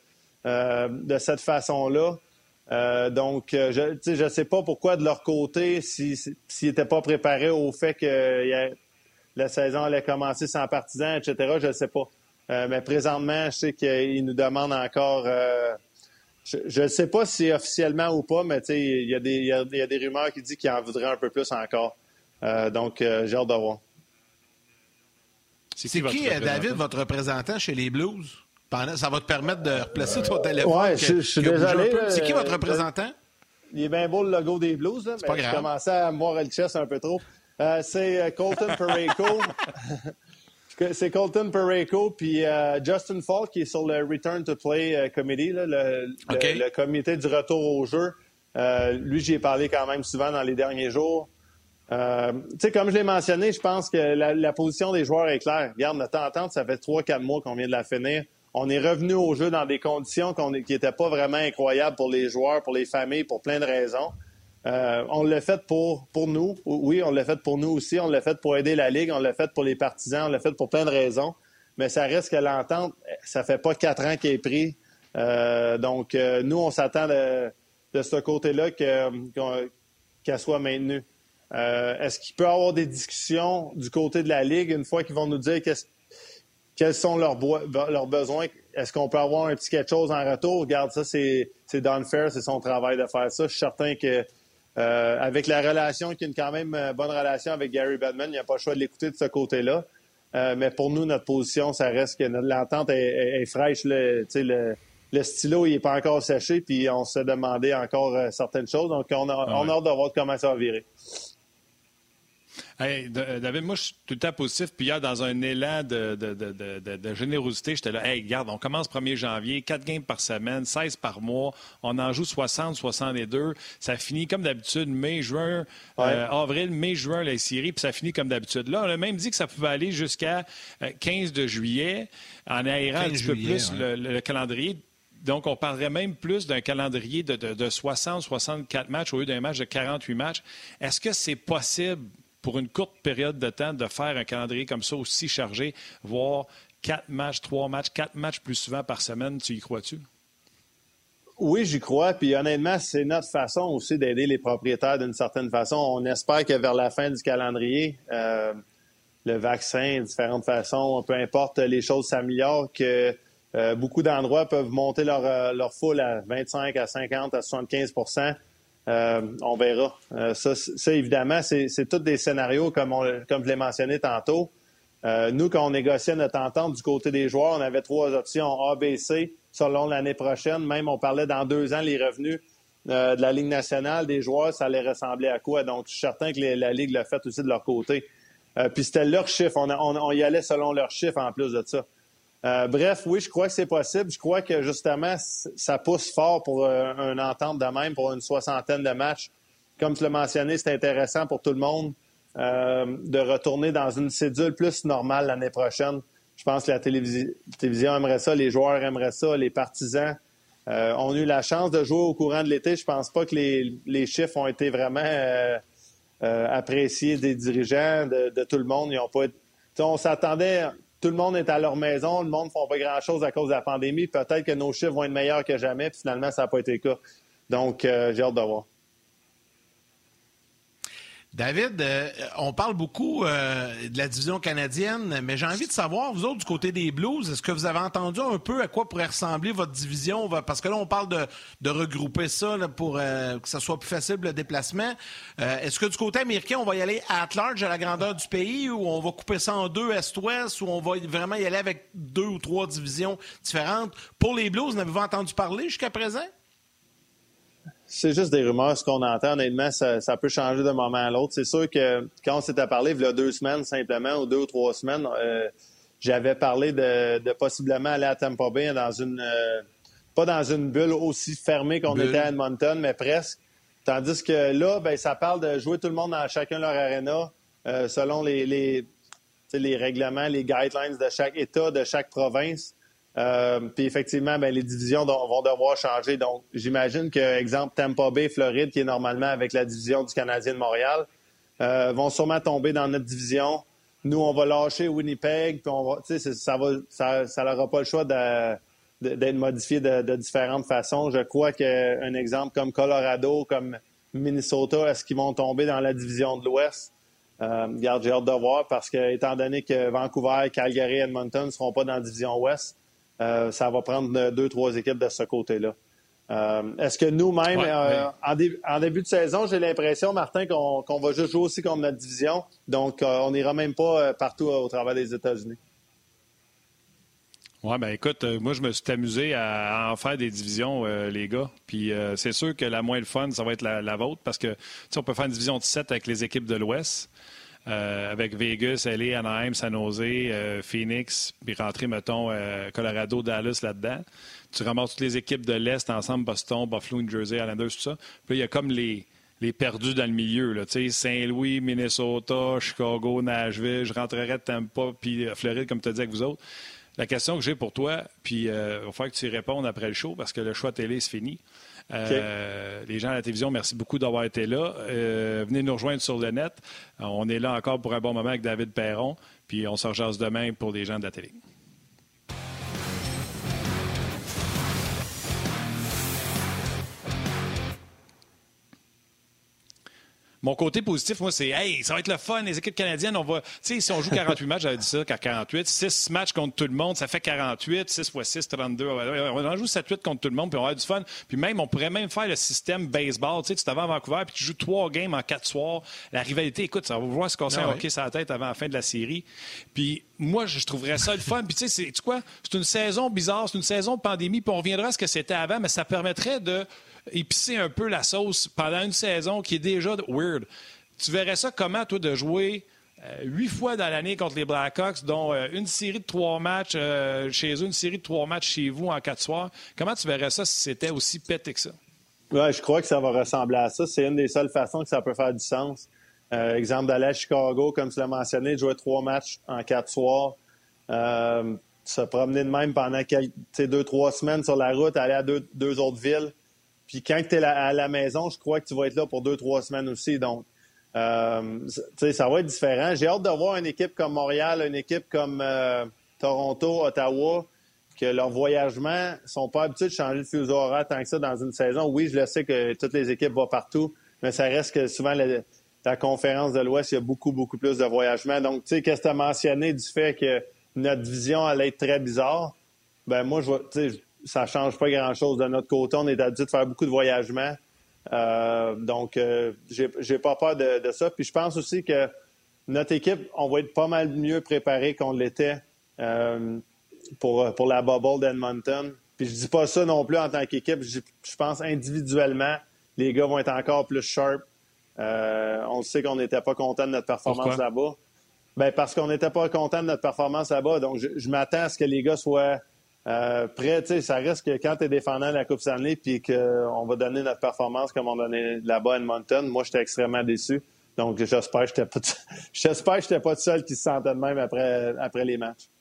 de cette façon-là. Donc, je ne sais pas pourquoi de leur côté, s'ils n'étaient pas préparés au fait que la saison allait commencer sans partisans, etc., je ne sais pas. Mais présentement, je sais qu'ils nous demandent encore... je ne sais pas si c'est officiellement ou pas, mais il y a des rumeurs qui disent qu'ils en voudraient un peu plus encore. Donc, j'ai hâte de voir. C'est qui, David, votre représentant chez les Blues? Ça va te permettre de replacer ton téléphone. Oui, je suis désolé. C'est qui votre représentant? Il est bien beau le logo des Blues, là, mais je commençais à me voir le chest un peu trop. C'est Colton Parayko. C'est Colton Parayko, puis Justin Falk qui est sur le Return to Play Committee, là, le comité du retour au jeu. Lui, j'y ai parlé quand même souvent dans les derniers jours. Comme je l'ai mentionné, je pense que la position des joueurs est claire. Regarde, notre entente, ça fait 3-4 mois qu'on vient de la finir. On est revenu au jeu dans des conditions qui n'étaient pas vraiment incroyables pour les joueurs, pour les familles, pour plein de raisons. On l'a fait pour nous. Oui, on l'a fait pour nous aussi. On l'a fait pour aider la Ligue. On l'a fait pour les partisans. On l'a fait pour plein de raisons. Mais ça reste que l'entente, ça fait pas 4 ans qu'elle est prise. Donc, nous, on s'attend de ce côté-là qu'elle soit maintenue. Est-ce qu'il peut y avoir des discussions du côté de la Ligue une fois qu'ils vont nous dire quels sont leurs besoins? Est-ce qu'on peut avoir un petit quelque chose en retour? Regarde, ça, c'est Don Fair, c'est son travail de faire ça. Je suis certain que avec la relation, qu'il y a quand même bonne relation avec Gary Bettman, il n'y a pas le choix de l'écouter de ce côté-là. Mais pour nous, notre position, ça reste que l'entente est fraîche. Le stylo, il n'est pas encore séché, puis on se demandait encore certaines choses. Donc, on a hâte de voir comment ça va virer. Hey, David, moi, je suis tout le temps positif. Puis hier, dans un élan de générosité, j'étais là, hey, regarde, on commence 1er janvier, 4 games par semaine, 16 par mois. On en joue 60, 62. Ça finit comme d'habitude, mai, juin, avril, mai, juin, les séries, puis ça finit comme d'habitude. Là, on a même dit que ça pouvait aller jusqu'à 15 de juillet, en aérant un petit peu plus le calendrier. Donc, on parlerait même plus d'un calendrier de 60, 64 matchs au lieu d'un match de 48 matchs. Est-ce que c'est possible, pour une courte période de temps, de faire un calendrier comme ça aussi chargé, voire 4 matchs, 3 matchs, 4 matchs plus souvent par semaine? Tu y crois-tu? Oui, j'y crois. Puis honnêtement, c'est notre façon aussi d'aider les propriétaires d'une certaine façon. On espère que vers la fin du calendrier, le vaccin, différentes façons, peu importe, les choses s'améliorent, que beaucoup d'endroits peuvent monter leur foule à 25, à 50, à 75 %. On verra. Ça, évidemment, c'est tous des scénarios comme je l'ai mentionné tantôt. Nous, quand on négociait notre entente du côté des joueurs, on avait 3 options A, B, C selon l'année prochaine. Même, on parlait dans 2 ans, les revenus de la Ligue nationale, des joueurs, ça allait ressembler à quoi. Donc, je suis certain que la Ligue l'a fait aussi de leur côté. Puis c'était leur chiffre. On y allait selon leur chiffre en plus de ça. Bref, oui, je crois que c'est possible. Je crois que, justement, ça pousse fort pour une entente de même, pour une 60aine de matchs. Comme tu l'as mentionné, c'est intéressant pour tout le monde de retourner dans une cédule plus normale l'année prochaine. Je pense que la télévision aimerait ça, les joueurs aimeraient ça, les partisans ont eu la chance de jouer au courant de l'été. Je pense pas que les chiffres ont été vraiment appréciés des dirigeants, de tout le monde. Ils ont pas été... On s'attendait... Tout le monde est à leur maison, le monde ne font pas grand-chose à cause de la pandémie. Peut-être que nos chiffres vont être meilleurs que jamais, puis finalement, ça n'a pas été le cas. Donc, j'ai hâte de voir. David, on parle beaucoup de la division canadienne, mais j'ai envie de savoir, vous autres, du côté des Blues, est-ce que vous avez entendu un peu à quoi pourrait ressembler votre division? Parce que là, on parle de regrouper ça là, pour que ça soit plus facile le déplacement. Est-ce que du côté américain, on va y aller at large à la grandeur du pays, ou on va couper ça en deux est-ouest, ou on va vraiment y aller avec 2 ou 3 divisions différentes? Pour les Blues, n'avez-vous entendu parler jusqu'à présent? C'est juste des rumeurs, ce qu'on entend. Honnêtement, ça peut changer d'un moment à l'autre. C'est sûr que quand on s'était parlé il y a 2 semaines simplement, ou 2 ou 3 semaines, j'avais parlé de possiblement aller à Tampa Bay dans une... pas dans une bulle aussi fermée qu'on était à Edmonton, mais presque. Tandis que là, ben, ça parle de jouer tout le monde dans chacun leur aréna selon les règlements, les guidelines de chaque État, de chaque province. Puis effectivement, ben, les divisions vont devoir changer. Donc, j'imagine que, exemple, Tampa Bay, Floride, qui est normalement avec la division du Canadien de Montréal, vont sûrement tomber dans notre division. Nous, on va lâcher Winnipeg, puis ça n'aura pas le choix d'être modifié de différentes façons. Je crois qu'un exemple comme Colorado, comme Minnesota, est-ce qu'ils vont tomber dans la division de l'Ouest? Regarde, j'ai hâte de voir parce que, étant donné que Vancouver, Calgary et Edmonton ne seront pas dans la division Ouest, ça va prendre 2-3 équipes de ce côté-là. Est-ce que nous-mêmes, en début de saison, j'ai l'impression, Martin, qu'on va juste jouer aussi contre notre division. Donc, on n'ira même pas partout au travers des États-Unis. Oui, bien écoute, moi, je me suis amusé à en faire des divisions, les gars. Puis c'est sûr que la moins le fun, ça va être la vôtre parce que, tu sais, on peut faire une division de 7 avec les équipes de l'Ouest. Avec Vegas, LA, Anaheim, San Jose, Phoenix, puis rentrer, mettons, Colorado, Dallas là-dedans. Tu ramasses toutes les équipes de l'Est ensemble, Boston, Buffalo, New Jersey, Islanders, tout ça. Puis là, il y a comme les perdus dans le milieu. Là, Saint-Louis, Minnesota, Chicago, Nashville, je rentrerais de Tampa, puis Floride, comme tu as dit avec vous autres. La question que j'ai pour toi, puis il va falloir que tu y répondes après le show, parce que le choix télé, c'est fini. Okay. Les gens à la télévision, merci beaucoup d'avoir été là. Venez nous rejoindre sur le net. On est là encore pour un bon moment avec David Perron. Puis on se rejase demain pour les gens de la télé. Mon côté positif, moi, c'est « Hey, ça va être le fun, les équipes canadiennes, on va... » Tu sais, si on joue 48 matchs, j'avais dit ça, 48, 6 matchs contre tout le monde, ça fait 48, 6 x 6, 32. On en joue 7-8 contre tout le monde, puis on va avoir du fun. Puis même, on pourrait même faire le système baseball. Tu sais, tu t'en vas à Vancouver, puis tu joues 3 games en 4 soirs. La rivalité, écoute, ça va voir se casser un hockey sur la tête avant la fin de la série. Puis moi, je trouverais ça le fun. Puis tu sais, tu sais quoi? C'est une saison bizarre, c'est une saison de pandémie, puis on reviendra à ce que c'était avant, mais ça permettrait de épicer un peu la sauce pendant une saison qui est déjà weird. Tu verrais ça comment, toi, de jouer 8 fois dans l'année contre les Blackhawks, dont une série de 3 matchs chez eux, une série de 3 matchs chez vous en 4 soirs. Comment tu verrais ça si c'était aussi pété que ça? Oui, je crois que ça va ressembler à ça. C'est une des seules façons que ça peut faire du sens. Exemple, d'aller à Chicago, comme tu l'as mentionné, de jouer 3 matchs en 4 soirs. Se promener de même pendant 2-3 semaines sur la route, aller à deux autres villes. Puis quand tu es à la maison, je crois que tu vas être là pour 2-3 semaines aussi. Donc, ça va être différent. J'ai hâte de voir une équipe comme Montréal, une équipe comme Toronto, Ottawa, que leur voyagement sont pas habitués de changer de fuseau horaire tant que ça dans une saison. Oui, je le sais que toutes les équipes vont partout, mais ça reste que souvent la conférence de l'Ouest, il y a beaucoup, beaucoup plus de voyagement. Donc, tu sais, qu'est-ce que tu as mentionné du fait que notre division allait être très bizarre? Ben moi, ça change pas grand-chose de notre côté. On est habitué de faire beaucoup de voyagements. Donc, j'ai pas peur de ça. Puis je pense aussi que notre équipe, on va être pas mal mieux préparé qu'on l'était pour la bubble d'Edmonton. Puis je dis pas ça non plus en tant qu'équipe. Je pense individuellement, les gars vont être encore plus sharp. On sait qu'on n'était pas content de notre performance là-bas. Ben, parce qu'on n'était pas content de notre performance là-bas. Donc, je m'attends à ce que les gars soient prêts. Tu sais, ça reste que quand tu es défendant de la Coupe Stanley puis qu'on va donner notre performance comme on donnait là-bas à Edmonton, moi, j'étais extrêmement déçu. Donc, j'espère que je n'étais pas tout seul qui se sentait de même après les matchs.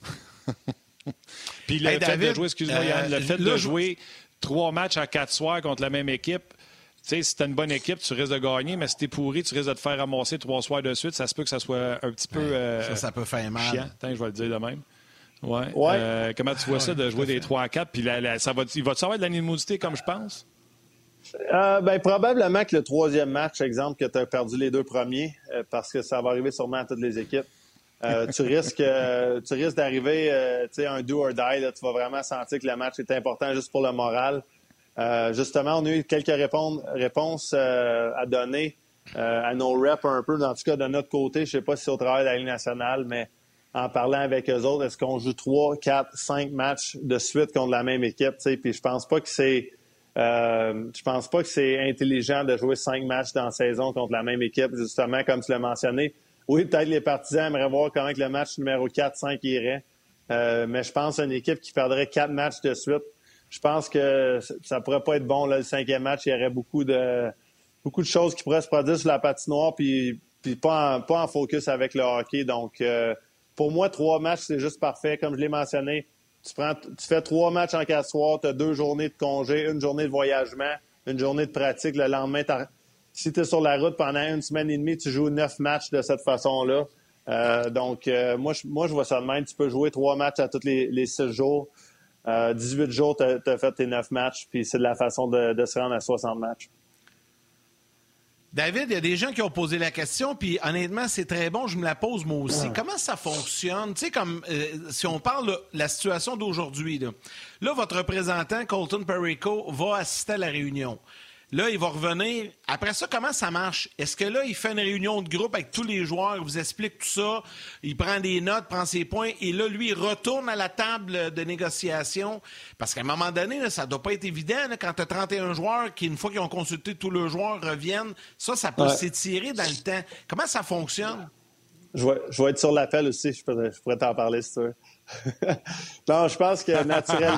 Puis le fait de jouer, excuse-moi, Yann, le fait de jouer 3 matchs à 4 soirs contre la même équipe, tu sais, si t'as une bonne équipe, tu risques de gagner, mais si t'es pourri, tu risques de te faire ramasser 3 soirs de suite. Ça se peut que ça soit un petit peu ça peut faire mal. Chiant. Attends, je vais le dire de même. Ouais. Comment tu vois ça de jouer des 3 à 4? Puis il va-tu avoir de l'animosité comme je pense? Ben, probablement que le 3e match, exemple, que tu as perdu les 2 premiers, parce que ça va arriver sûrement à toutes les équipes. Tu risques d'arriver un do or die. Là, tu vas vraiment sentir que le match est important juste pour le moral. Justement, on a eu quelques réponses à donner à nos reps un peu, en tout cas de notre côté. Je ne sais pas si c'est au travail de la Ligue nationale, mais en parlant avec eux autres, est-ce qu'on joue 3, 4, 5 matchs de suite contre la même équipe? Puis je pense pas que c'est intelligent de jouer 5 matchs dans la saison contre la même équipe, justement, comme tu l'as mentionné. Oui, peut-être les partisans aimeraient voir comment que le match numéro 4-5 irait, mais je pense à une équipe qui perdrait 4 matchs de suite. Je pense que ça pourrait pas être bon, là, le 5e match. Il y aurait beaucoup de choses qui pourraient se produire sur la patinoire, puis pas en focus avec le hockey. Donc, pour moi, 3 matchs, c'est juste parfait. Comme je l'ai mentionné, tu fais 3 matchs en 4 soirs, tu as 2 journées de congé, 1 journée de voyagement, 1 journée de pratique. Le lendemain, si tu es sur la route pendant 1 semaine et demie, tu joues 9 matchs de cette façon-là. Donc, moi, je vois ça de même. Tu peux jouer 3 matchs à tous les 6 jours. 18 jours, tu as fait tes 9 matchs, puis c'est de la façon de se rendre à 60 matchs. David, il y a des gens qui ont posé la question, puis honnêtement, c'est très bon, je me la pose moi aussi. Comment ça fonctionne? Tu sais, comme si on parle de la situation d'aujourd'hui, là, votre représentant, Colton Parayko, va assister à la réunion. Là, il va revenir. Après ça, comment ça marche? Est-ce que là, il fait une réunion de groupe avec tous les joueurs, il vous explique tout ça, il prend des notes, prend ses points, et là, lui, il retourne à la table de négociation? Parce qu'à un moment donné, là, ça ne doit pas être évident, là, quand tu as 31 joueurs qui, une fois qu'ils ont consulté tous les joueurs, reviennent. Ça peut s'étirer dans le temps. Comment ça fonctionne? Je vais être sur l'appel aussi. Je pourrais t'en parler si tu veux. Non, je pense que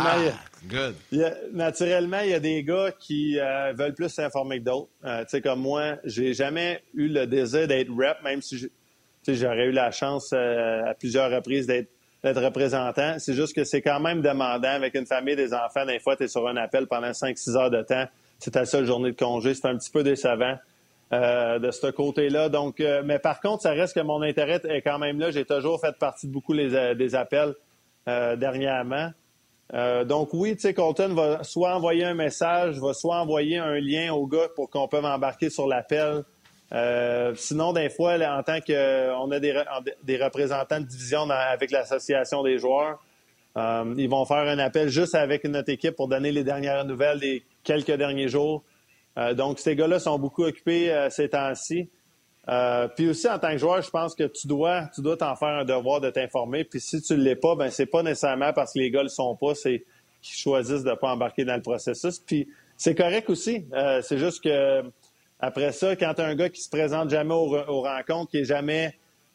naturellement, il y a des gars qui veulent plus s'informer que d'autres. Tu sais, comme moi, j'ai jamais eu le désir d'être rep, même si j'aurais eu la chance à plusieurs reprises d'être représentant. C'est juste que c'est quand même demandant avec une famille, des enfants. Des fois, tu es sur un appel pendant 5-6 heures de temps. C'est ta seule journée de congé. C'est un petit peu décevant. De ce côté-là. Donc, mais par contre, ça reste que mon intérêt est quand même là. J'ai toujours fait partie de beaucoup des appels dernièrement. Donc oui, tu sais, Colton va soit envoyer un message, va soit envoyer un lien au gars pour qu'on puisse embarquer sur l'appel. Sinon, des fois, là, en tant qu'on a des représentants de division avec l'association des joueurs, ils vont faire un appel juste avec notre équipe pour donner les dernières nouvelles des quelques derniers jours. Donc, ces gars-là sont beaucoup occupés ces temps-ci. Puis aussi, en tant que joueur, je pense que tu dois t'en faire un devoir de t'informer. Puis si tu ne l'es pas, ben c'est pas nécessairement parce que les gars ne le sont pas, c'est qu'ils choisissent de ne pas embarquer dans le processus. Puis c'est correct aussi. C'est juste que après ça, quand tu as un gars qui se présente jamais aux rencontres, qui est jamais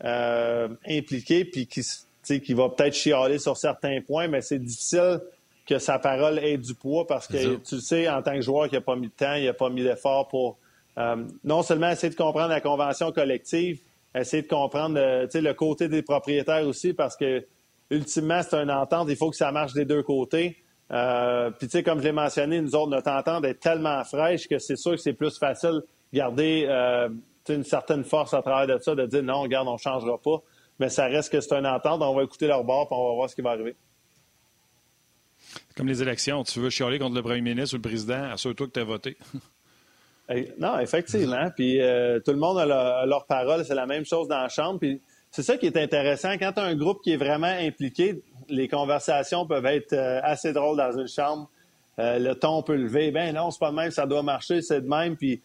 impliqué, puis qui va peut-être chialer sur certains points, mais c'est difficile que sa parole ait du poids parce que tu le sais, en tant que joueur, qu'il n'a pas mis de temps, il n'a pas mis d'effort pour non seulement essayer de comprendre la convention collective, essayer de comprendre le côté des propriétaires aussi parce que ultimement, c'est une entente, il faut que ça marche des deux côtés. Puis tu sais, comme je l'ai mentionné, nous autres, notre entente est tellement fraîche que c'est sûr que c'est plus facile de garder une certaine force à travers de ça, de dire non, regarde, on ne changera pas. Mais ça reste que c'est une entente, on va écouter leur bord et on va voir ce qui va arriver. Comme les élections, tu veux chialer contre le premier ministre ou le président, assure-toi que tu as voté. Non, effectivement. Puis tout le monde a leur parole. C'est la même chose dans la chambre. Puis c'est ça qui est intéressant. Quand tu as un groupe qui est vraiment impliqué, les conversations peuvent être assez drôles dans une chambre. Le ton peut lever. Ben non, c'est pas de même, ça doit marcher, c'est de même. Puis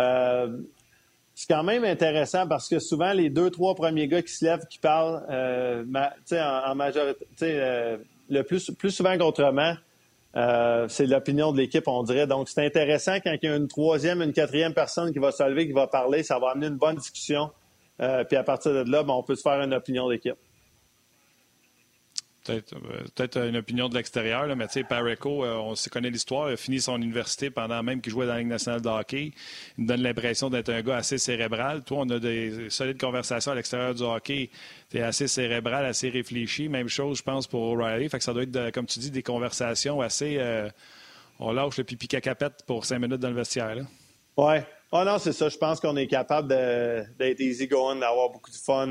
c'est quand même intéressant parce que souvent, les 2-3 premiers gars qui se lèvent, qui parlent, en majorité, le plus souvent qu'autrement, C'est l'opinion de l'équipe, on dirait. Donc, c'est intéressant quand il y a une troisième, une quatrième personne qui va se lever, qui va parler. Ça va amener une bonne discussion. Puis à partir de là, on peut se faire une opinion d'équipe. Peut-être une opinion de l'extérieur, là, mais tu sais, Parayko, on se connaît l'histoire, il a fini son université pendant même qu'il jouait dans la Ligue nationale de hockey. Il me donne l'impression d'être un gars assez cérébral. Toi, on a des solides conversations à l'extérieur du hockey. Tu es assez cérébral, assez réfléchi. Même chose, je pense, pour O'Reilly. Fait que ça doit être, comme tu dis, des conversations assez... on lâche le pipi cacapette pour 5 minutes dans le vestiaire. Là. Ouais. Oh non, c'est ça. Je pense qu'on est capable d'être easy-going, d'avoir beaucoup de fun.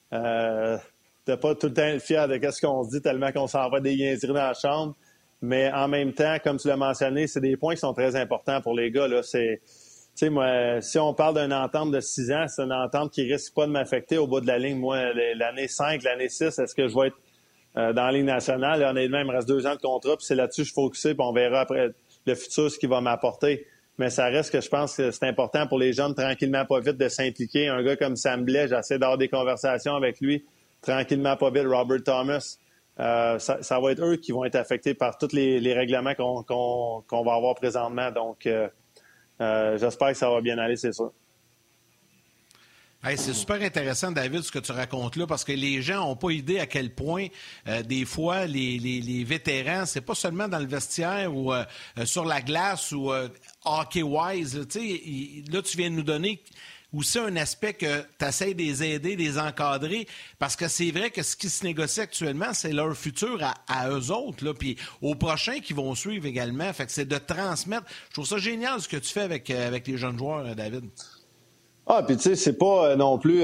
De pas tout le temps être fier de ce qu'on se dit tellement qu'on s'en va des niaiseries dans la chambre. Mais en même temps, comme tu l'as mentionné, c'est des points qui sont très importants pour les gars. Là. Tu sais, moi, si on parle d'une entente de 6 ans, c'est une entente qui risque pas de m'affecter au bout de la ligne. Moi, l'année 5, l'année 6, est-ce que je vais être dans la Ligue nationale? Là, honnêtement, il me reste 2 ans de contrat, puis c'est là-dessus que je suis focusé, puis on verra après le futur ce qu'il va m'apporter. Mais ça reste que je pense que c'est important pour les jeunes, tranquillement, pas vite, de s'impliquer. Un gars comme Sam Blais, j'essaie d'avoir des conversations avec lui. Tranquillement, pas vite, Robert Thomas. Ça va être eux qui vont être affectés par tous les règlements qu'on va avoir présentement. Donc, j'espère que ça va bien aller, c'est sûr. Hey, c'est super intéressant, David, ce que tu racontes là, parce que les gens n'ont pas idée à quel point, des fois, les vétérans, c'est pas seulement dans le vestiaire ou sur la glace ou hockey-wise. Là, tu viens de nous donner aussi un aspect que tu essaies de les aider, de les encadrer, parce que c'est vrai que ce qui se négocie actuellement, c'est leur futur à eux autres, là, puis aux prochains qui vont suivre également. Fait que c'est de transmettre. Je trouve ça génial ce que tu fais avec les jeunes joueurs, David. Ah, puis tu sais, c'est pas non plus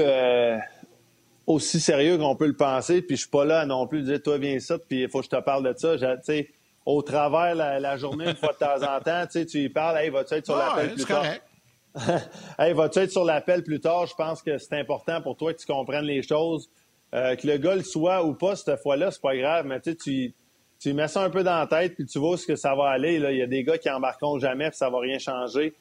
aussi sérieux qu'on peut le penser, puis je suis pas là non plus de dire, toi, viens ça, puis il faut que je te parle de ça. Tu sais, au travers la journée, une fois de temps en temps, tu y parles, hey, vas-tu être sur l'appel plus tard? Hey, vas-tu être sur l'appel plus tard? Je pense que c'est important pour toi que tu comprennes les choses. Que le gars le soit ou pas, cette fois-là, c'est pas grave, mais tu mets ça un peu dans la tête, puis tu vois où ce que ça va aller. Là. Il y a des gars qui embarqueront jamais, puis ça va rien changer.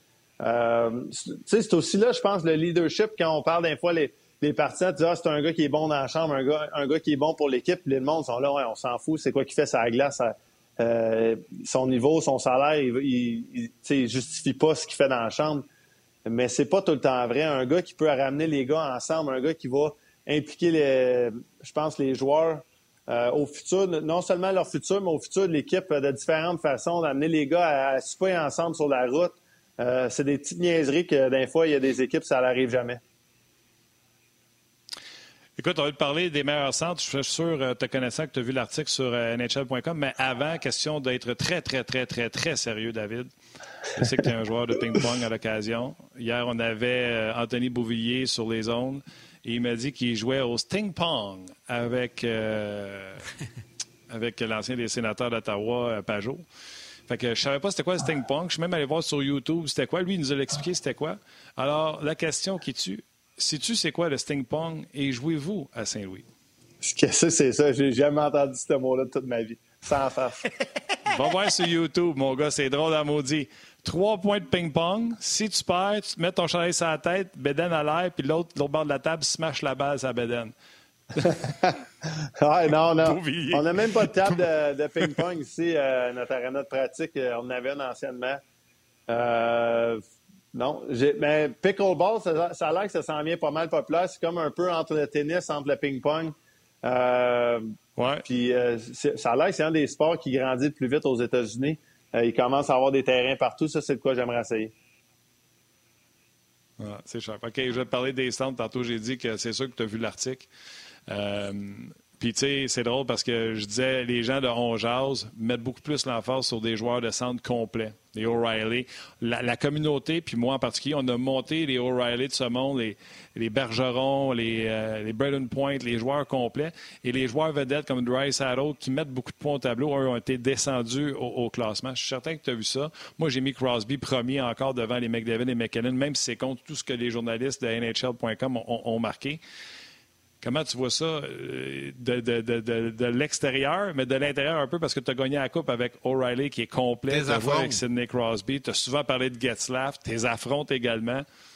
C'est aussi là, je pense, le leadership, quand on parle des fois, les partisans, tu dis, c'est un gars qui est bon dans la chambre, un gars qui est bon pour l'équipe, puis le monde sont là, ouais, on s'en fout, c'est quoi qu'il fait sur la glace, son niveau, son salaire, il justifie pas ce qu'il fait dans la chambre. Mais c'est pas tout le temps vrai. Un gars qui peut ramener les gars ensemble, un gars qui va impliquer, je pense, les joueurs au futur, non seulement leur futur, mais au futur de l'équipe de différentes façons, d'amener les gars à souper ensemble sur la route. C'est des petites niaiseries que, des fois, il y a des équipes, ça n'arrive jamais. Écoute, on va te parler des meilleurs centres. Je suis sûr, te connaissant, que tu as vu l'article sur NHL.com, mais avant, question d'être très, très, très, très, très sérieux, David. Je sais que tu es un joueur de ping-pong à l'occasion. Hier, on avait Anthony Beauvillier sur les ondes et il m'a dit qu'il jouait au Sting-Pong avec l'ancien des sénateurs d'Ottawa, Pajot. Fait que je savais pas c'était quoi le Sting-Pong. Je suis même allé voir sur YouTube c'était quoi. Lui, il nous a expliqué c'était quoi. Alors, la question qui tue, sais-tu c'est quoi le Sting-Pong et jouez-vous à Saint-Louis? Qu'est-ce que c'est ça? J'ai jamais entendu ce mot-là de toute ma vie. Sans face. Va voir sur YouTube, mon gars, c'est drôle à maudit. 3 points de ping-pong. Si tu perds, tu te mets ton chandail sur la tête, bédaine à l'air, puis l'autre bord de la table smash la balle sur la bédaine. Ouais, non. On n'a même pas de table de ping-pong ici, notre aréna de pratique. On en avait une anciennement. Non. Mais pickleball, ça a l'air que ça s'en vient pas mal populaire. C'est comme un peu entre le tennis, entre le ping-pong. Ouais. Puis ça a l'air que c'est un des sports qui grandit le plus vite aux États-Unis. Il commence à avoir des terrains partout. Ça, c'est de quoi j'aimerais essayer. Ah, c'est cher. OK, je vais te parler des centres. Tantôt, j'ai dit que c'est sûr que tu as vu l'article. Puis, tu sais, c'est drôle parce que je disais, les gens de On Jase mettent beaucoup plus l'emphase sur des joueurs de centre complets. Les O'Reilly. La communauté, puis moi en particulier, on a monté les O'Reilly de ce monde, les Bergeron, les Braden Point, les joueurs complets. Et les joueurs vedettes comme Draisaitl qui mettent beaucoup de points au tableau, eux, ont été descendus au classement. Je suis certain que tu as vu ça. Moi, j'ai mis Crosby premier encore devant les McDavid et McKinnon, même si c'est contre tout ce que les journalistes de NHL.com ont marqué. Comment tu vois ça de l'extérieur, mais de l'intérieur un peu parce que tu as gagné la coupe avec O'Reilly qui est complet. Tu as joué avec Sidney Crosby. Tu as souvent parlé de Getzlaf. Tu les affrontes également.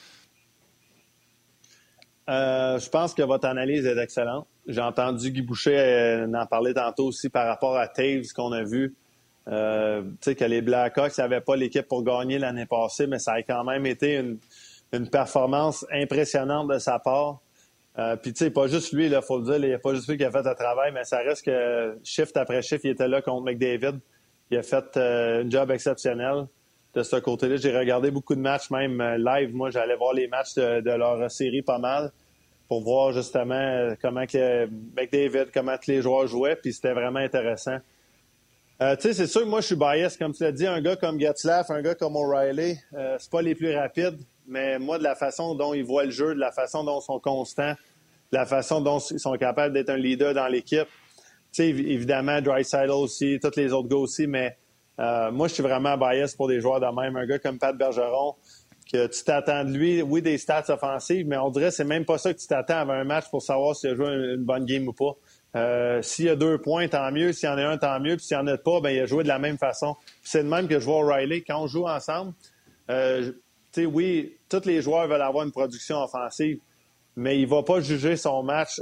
Je pense que votre analyse est excellente. J'ai entendu Guy Boucher en parler tantôt aussi par rapport à Taves qu'on a vu. Tu sais que les Blackhawks n'avaient pas l'équipe pour gagner l'année passée, mais ça a quand même été une performance impressionnante de sa part. Puis tu sais, pas juste lui, il faut le dire, il n'y a pas juste lui qui a fait le travail, mais ça reste que shift après shift, il était là contre McDavid. Il a fait un job exceptionnel de ce côté-là. J'ai regardé beaucoup de matchs, même live. Moi, j'allais voir les matchs de leur série pas mal pour voir justement comment que McDavid, comment que les joueurs jouaient, puis c'était vraiment intéressant. Tu sais, c'est sûr que moi, je suis biased. Comme tu l'as dit, un gars comme Getzlaf, un gars comme O'Reilly, c'est pas les plus rapides, mais moi, de la façon dont ils voient le jeu, de la façon dont ils sont constants, de la façon dont ils sont capables d'être un leader dans l'équipe. Tu sais, évidemment, Draisaitl aussi, tous les autres gars aussi, mais moi, je suis vraiment biased pour des joueurs de même. Un gars comme Pat Bergeron, que tu t'attends de lui, oui, des stats offensives, mais on dirait que c'est même pas ça que tu t'attends avant un match pour savoir s'il a joué une bonne game ou pas. S'il y a 2 points, tant mieux. S'il y en a un, tant mieux. Puis s'il n'y en a pas, ben il a joué de la même façon. Puis c'est de même que je vois O'Reilly. Quand on joue ensemble, tu sais, oui, tous les joueurs veulent avoir une production offensive, mais il va pas juger son match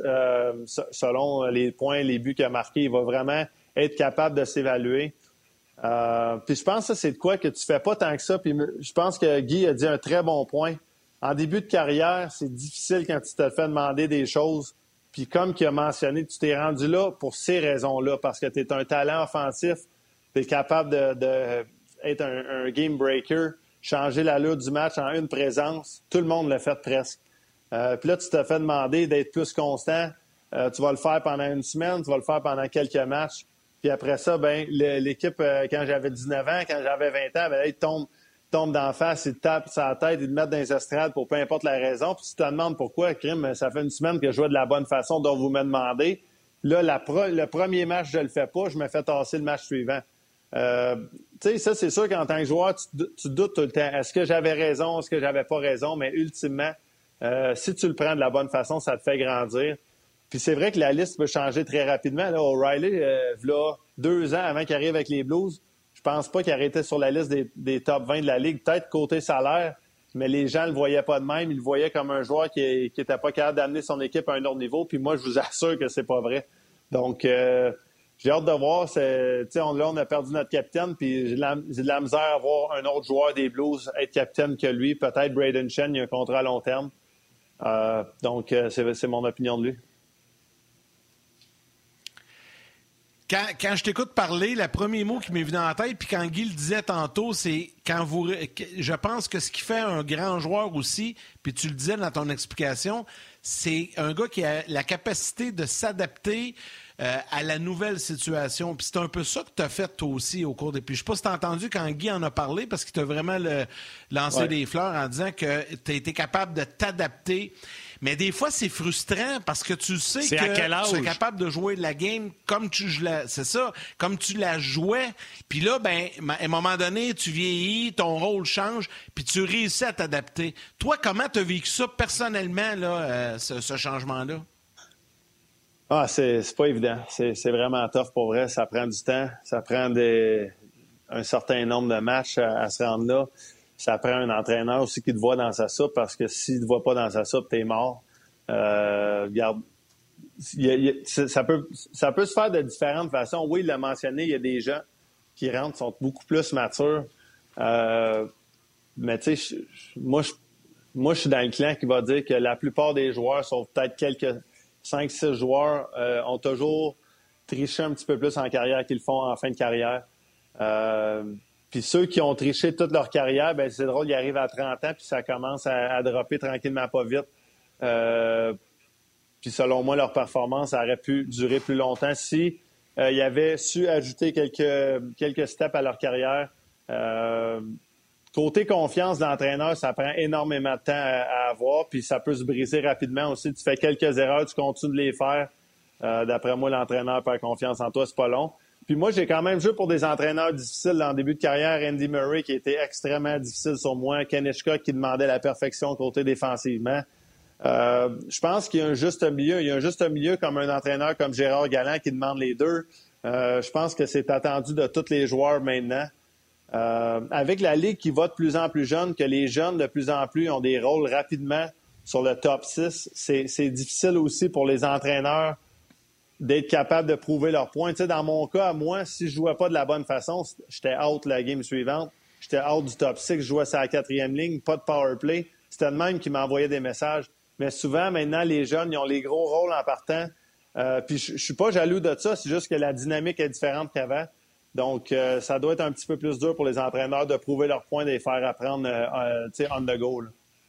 selon les points, les buts qu'il a marqués. Il va vraiment être capable de s'évaluer. Puis je pense que ça, c'est de quoi que tu fais pas tant que ça. Puis je pense que Guy a dit un très bon point. En début de carrière, c'est difficile quand tu te fais demander des choses. Puis comme qu'il a mentionné, tu t'es rendu là pour ces raisons-là, parce que tu es un talent offensif, tu es capable d'être un game breaker, changer l'allure du match en une présence. Tout le monde l'a fait presque. Puis là, tu te fais demander d'être plus constant. Tu vas le faire pendant une semaine, tu vas le faire pendant quelques matchs. Puis après ça, ben l'équipe, quand j'avais 19 ans, quand j'avais 20 ans, ben, ils tombent d'en face, ils te tapent sur la tête, ils te mettent dans les estrades pour peu importe la raison. Puis si tu te demandes pourquoi, crime, ça fait une semaine que je joue de la bonne façon dont vous me demandez. Là, le premier match, je le fais pas, je me fais tasser le match suivant. Tu sais, ça, c'est sûr qu'en tant que joueur, tu doutes tout le temps. Est-ce que j'avais raison? Est-ce que j'avais pas raison? Mais ultimement, si tu le prends de la bonne façon, ça te fait grandir. Puis c'est vrai que la liste peut changer très rapidement. Là, O'Reilly, là, 2 ans avant qu'il arrive avec les Blues, je pense pas qu'il aurait été sur la liste des top 20 de la Ligue. Peut-être côté salaire, mais les gens le voyaient pas de même. Ils le voyaient comme un joueur qui était pas capable d'amener son équipe à un autre niveau. Puis moi, je vous assure que c'est pas vrai. Donc, j'ai hâte de voir. Là, on a perdu notre capitaine, puis j'ai de la misère à voir un autre joueur des Blues être capitaine que lui. Peut-être Brayden Schenn, il a un contrat à long terme. Donc, c'est mon opinion de lui. Quand je t'écoute parler, le premier mot qui m'est venu en tête, puis quand Guy le disait tantôt, c'est je pense que ce qui fait un grand joueur aussi, puis tu le disais dans ton explication, c'est un gars qui a la capacité de s'adapter à la nouvelle situation. Puis c'est un peu ça que tu as fait toi aussi au cours des... Puis je sais pas si tu as entendu quand Guy en a parlé, parce qu'il t'a vraiment lancé des fleurs en disant que tu as été capable de t'adapter. Mais des fois, c'est frustrant parce que tu sais que tu es capable de jouer la game comme c'est ça, comme tu la jouais. Puis là, ben, à un moment donné, tu vieillis, ton rôle change, puis tu réussis à t'adapter. Toi, comment tu as vécu ça personnellement, là, ce changement-là? Ah, c'est pas évident. C'est vraiment tough pour vrai. Ça prend du temps. Ça prend un certain nombre de matchs à se rendre là. Ça prend un entraîneur aussi qui te voit dans sa soupe, parce que s'il te voit pas dans sa soupe, t'es mort. Regarde, ça peut se faire de différentes façons. Oui, il l'a mentionné, il y a des gens qui rentrent, sont beaucoup plus matures. Mais tu sais, moi, je suis dans le clan qui va dire que la plupart des joueurs, sauf peut-être quelques 5-6 joueurs, ont toujours triché un petit peu plus en carrière qu'ils le font en fin de carrière. Puis ceux qui ont triché toute leur carrière, ben c'est drôle, ils arrivent à 30 ans, puis ça commence à dropper tranquillement pas vite. Puis selon moi, leur performance aurait pu durer plus longtemps si ils avaient su ajouter quelques steps à leur carrière. Côté confiance d'entraîneur, ça prend énormément de temps à avoir, puis ça peut se briser rapidement aussi. Tu fais quelques erreurs, tu continues de les faire. D'après moi, l'entraîneur perd confiance en toi, c'est pas long. Puis moi, j'ai quand même joué pour des entraîneurs difficiles en début de carrière. Andy Murray, qui était extrêmement difficile sur moi. Ken Hitchcock, qui demandait la perfection côté défensivement. Je pense qu'il y a un juste milieu. Il y a un juste milieu comme un entraîneur comme Gérard Galland qui demande les deux. Je pense que c'est attendu de tous les joueurs maintenant. Avec la Ligue qui va de plus en plus jeune, que les jeunes de plus en plus ont des rôles rapidement sur le top 6, c'est difficile aussi pour les entraîneurs d'être capable de prouver leur point. Tu sais, dans mon cas, moi, si je jouais pas de la bonne façon, j'étais out la game suivante. J'étais out du top 6, je jouais sur la 4e ligne, pas de power play. C'était le même qui m'envoyait des messages. Mais souvent, maintenant, les jeunes, ils ont les gros rôles en partant. Puis je suis pas jaloux de ça, c'est juste que la dynamique est différente qu'avant. Donc, ça doit être un petit peu plus dur pour les entraîneurs de prouver leur point, de les faire apprendre on the go. Là.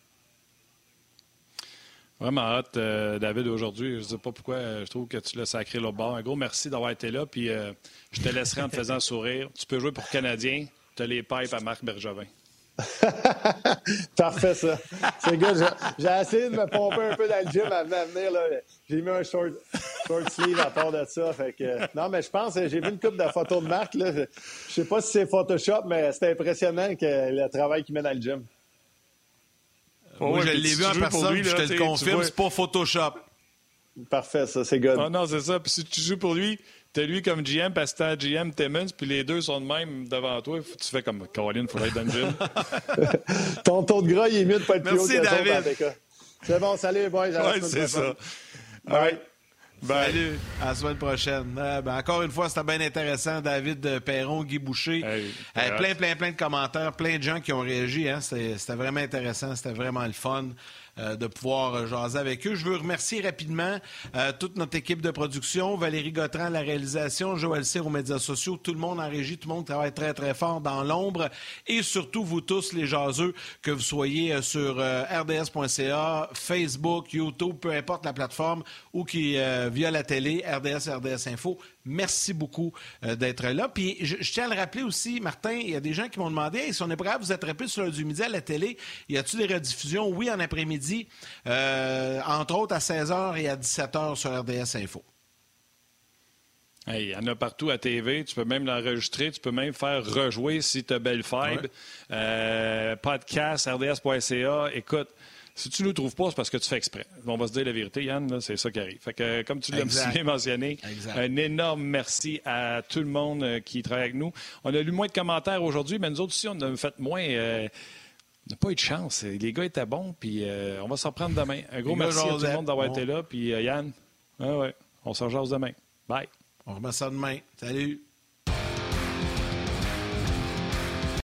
Vraiment hâte, David, aujourd'hui. Je ne sais pas pourquoi, je trouve que tu l'as sacré l'autre bord. Un gros merci d'avoir été là. Puis je te laisserai en te faisant sourire. Tu peux jouer pour Canadien. Tu as les pipes à Marc Bergevin. Parfait, ça. C'est good. J'ai essayé de me pomper un peu dans le gym avant de venir. Là. J'ai mis un short sleeve à part de ça. Fait que, non, mais je pense que j'ai vu une couple de photos de Marc. Là. Je sais pas si c'est Photoshop, mais c'est impressionnant que le travail qu'il met dans le gym. Moi, je l'ai vu en personne, je te le confirme, c'est pas Photoshop. Parfait, ça, c'est good. Ah non, c'est ça. Puis si tu joues pour lui, t'as lui comme GM, parce que t'as GM Timmons, puis les deux sont de même devant toi. Tu fais comme Caroline, il faudrait être dans le gym. Ton taux de gras, il est mieux de pas être plus haut que David. ça. C'est bon, salut, boys. Oui, c'est ça. Bye. Bye. Salut, à la semaine prochaine. Encore une fois, c'était bien intéressant. David Perron, Guy Boucher. Plein de commentaires, plein de gens qui ont réagi. Hein. C'était vraiment intéressant, c'était vraiment le fun de pouvoir jaser avec eux. Je veux remercier rapidement toute notre équipe de production, Valérie Gautran à la réalisation, Joël Cyr aux médias sociaux, tout le monde en régie, tout le monde travaille très, très fort dans l'ombre et surtout vous tous, les jaseux, que vous soyez sur rds.ca, Facebook, YouTube, peu importe la plateforme ou qui via la télé, RDS Info. Merci beaucoup d'être là. Puis je tiens à le rappeler aussi, Martin, il y a des gens qui m'ont demandé hey, si on est prêt à vous attraper sur lundi midi à la télé, y a-t-il des rediffusions? Oui, en après-midi, entre autres à 16h et à 17h sur RDS Info. Il y en a partout à TV. Tu peux même l'enregistrer. Tu peux même faire rejouer si tu as belle fibre. Ouais. Podcast, rds.ca. Écoute, si tu ne nous trouves pas, c'est parce que tu fais exprès. On va se dire la vérité, Yann, là, c'est ça qui arrive. Fait que, comme tu l'as si bien mentionné, un énorme merci à tout le monde qui travaille avec nous. On a lu moins de commentaires aujourd'hui, mais nous autres aussi, on a fait moins... on n'a pas eu de chance. Les gars étaient bons, puis on va s'en prendre demain. Un gros merci à tout le monde d'avoir été là. Puis Yann, on s'en jase demain. Bye. On remet ça demain. Salut.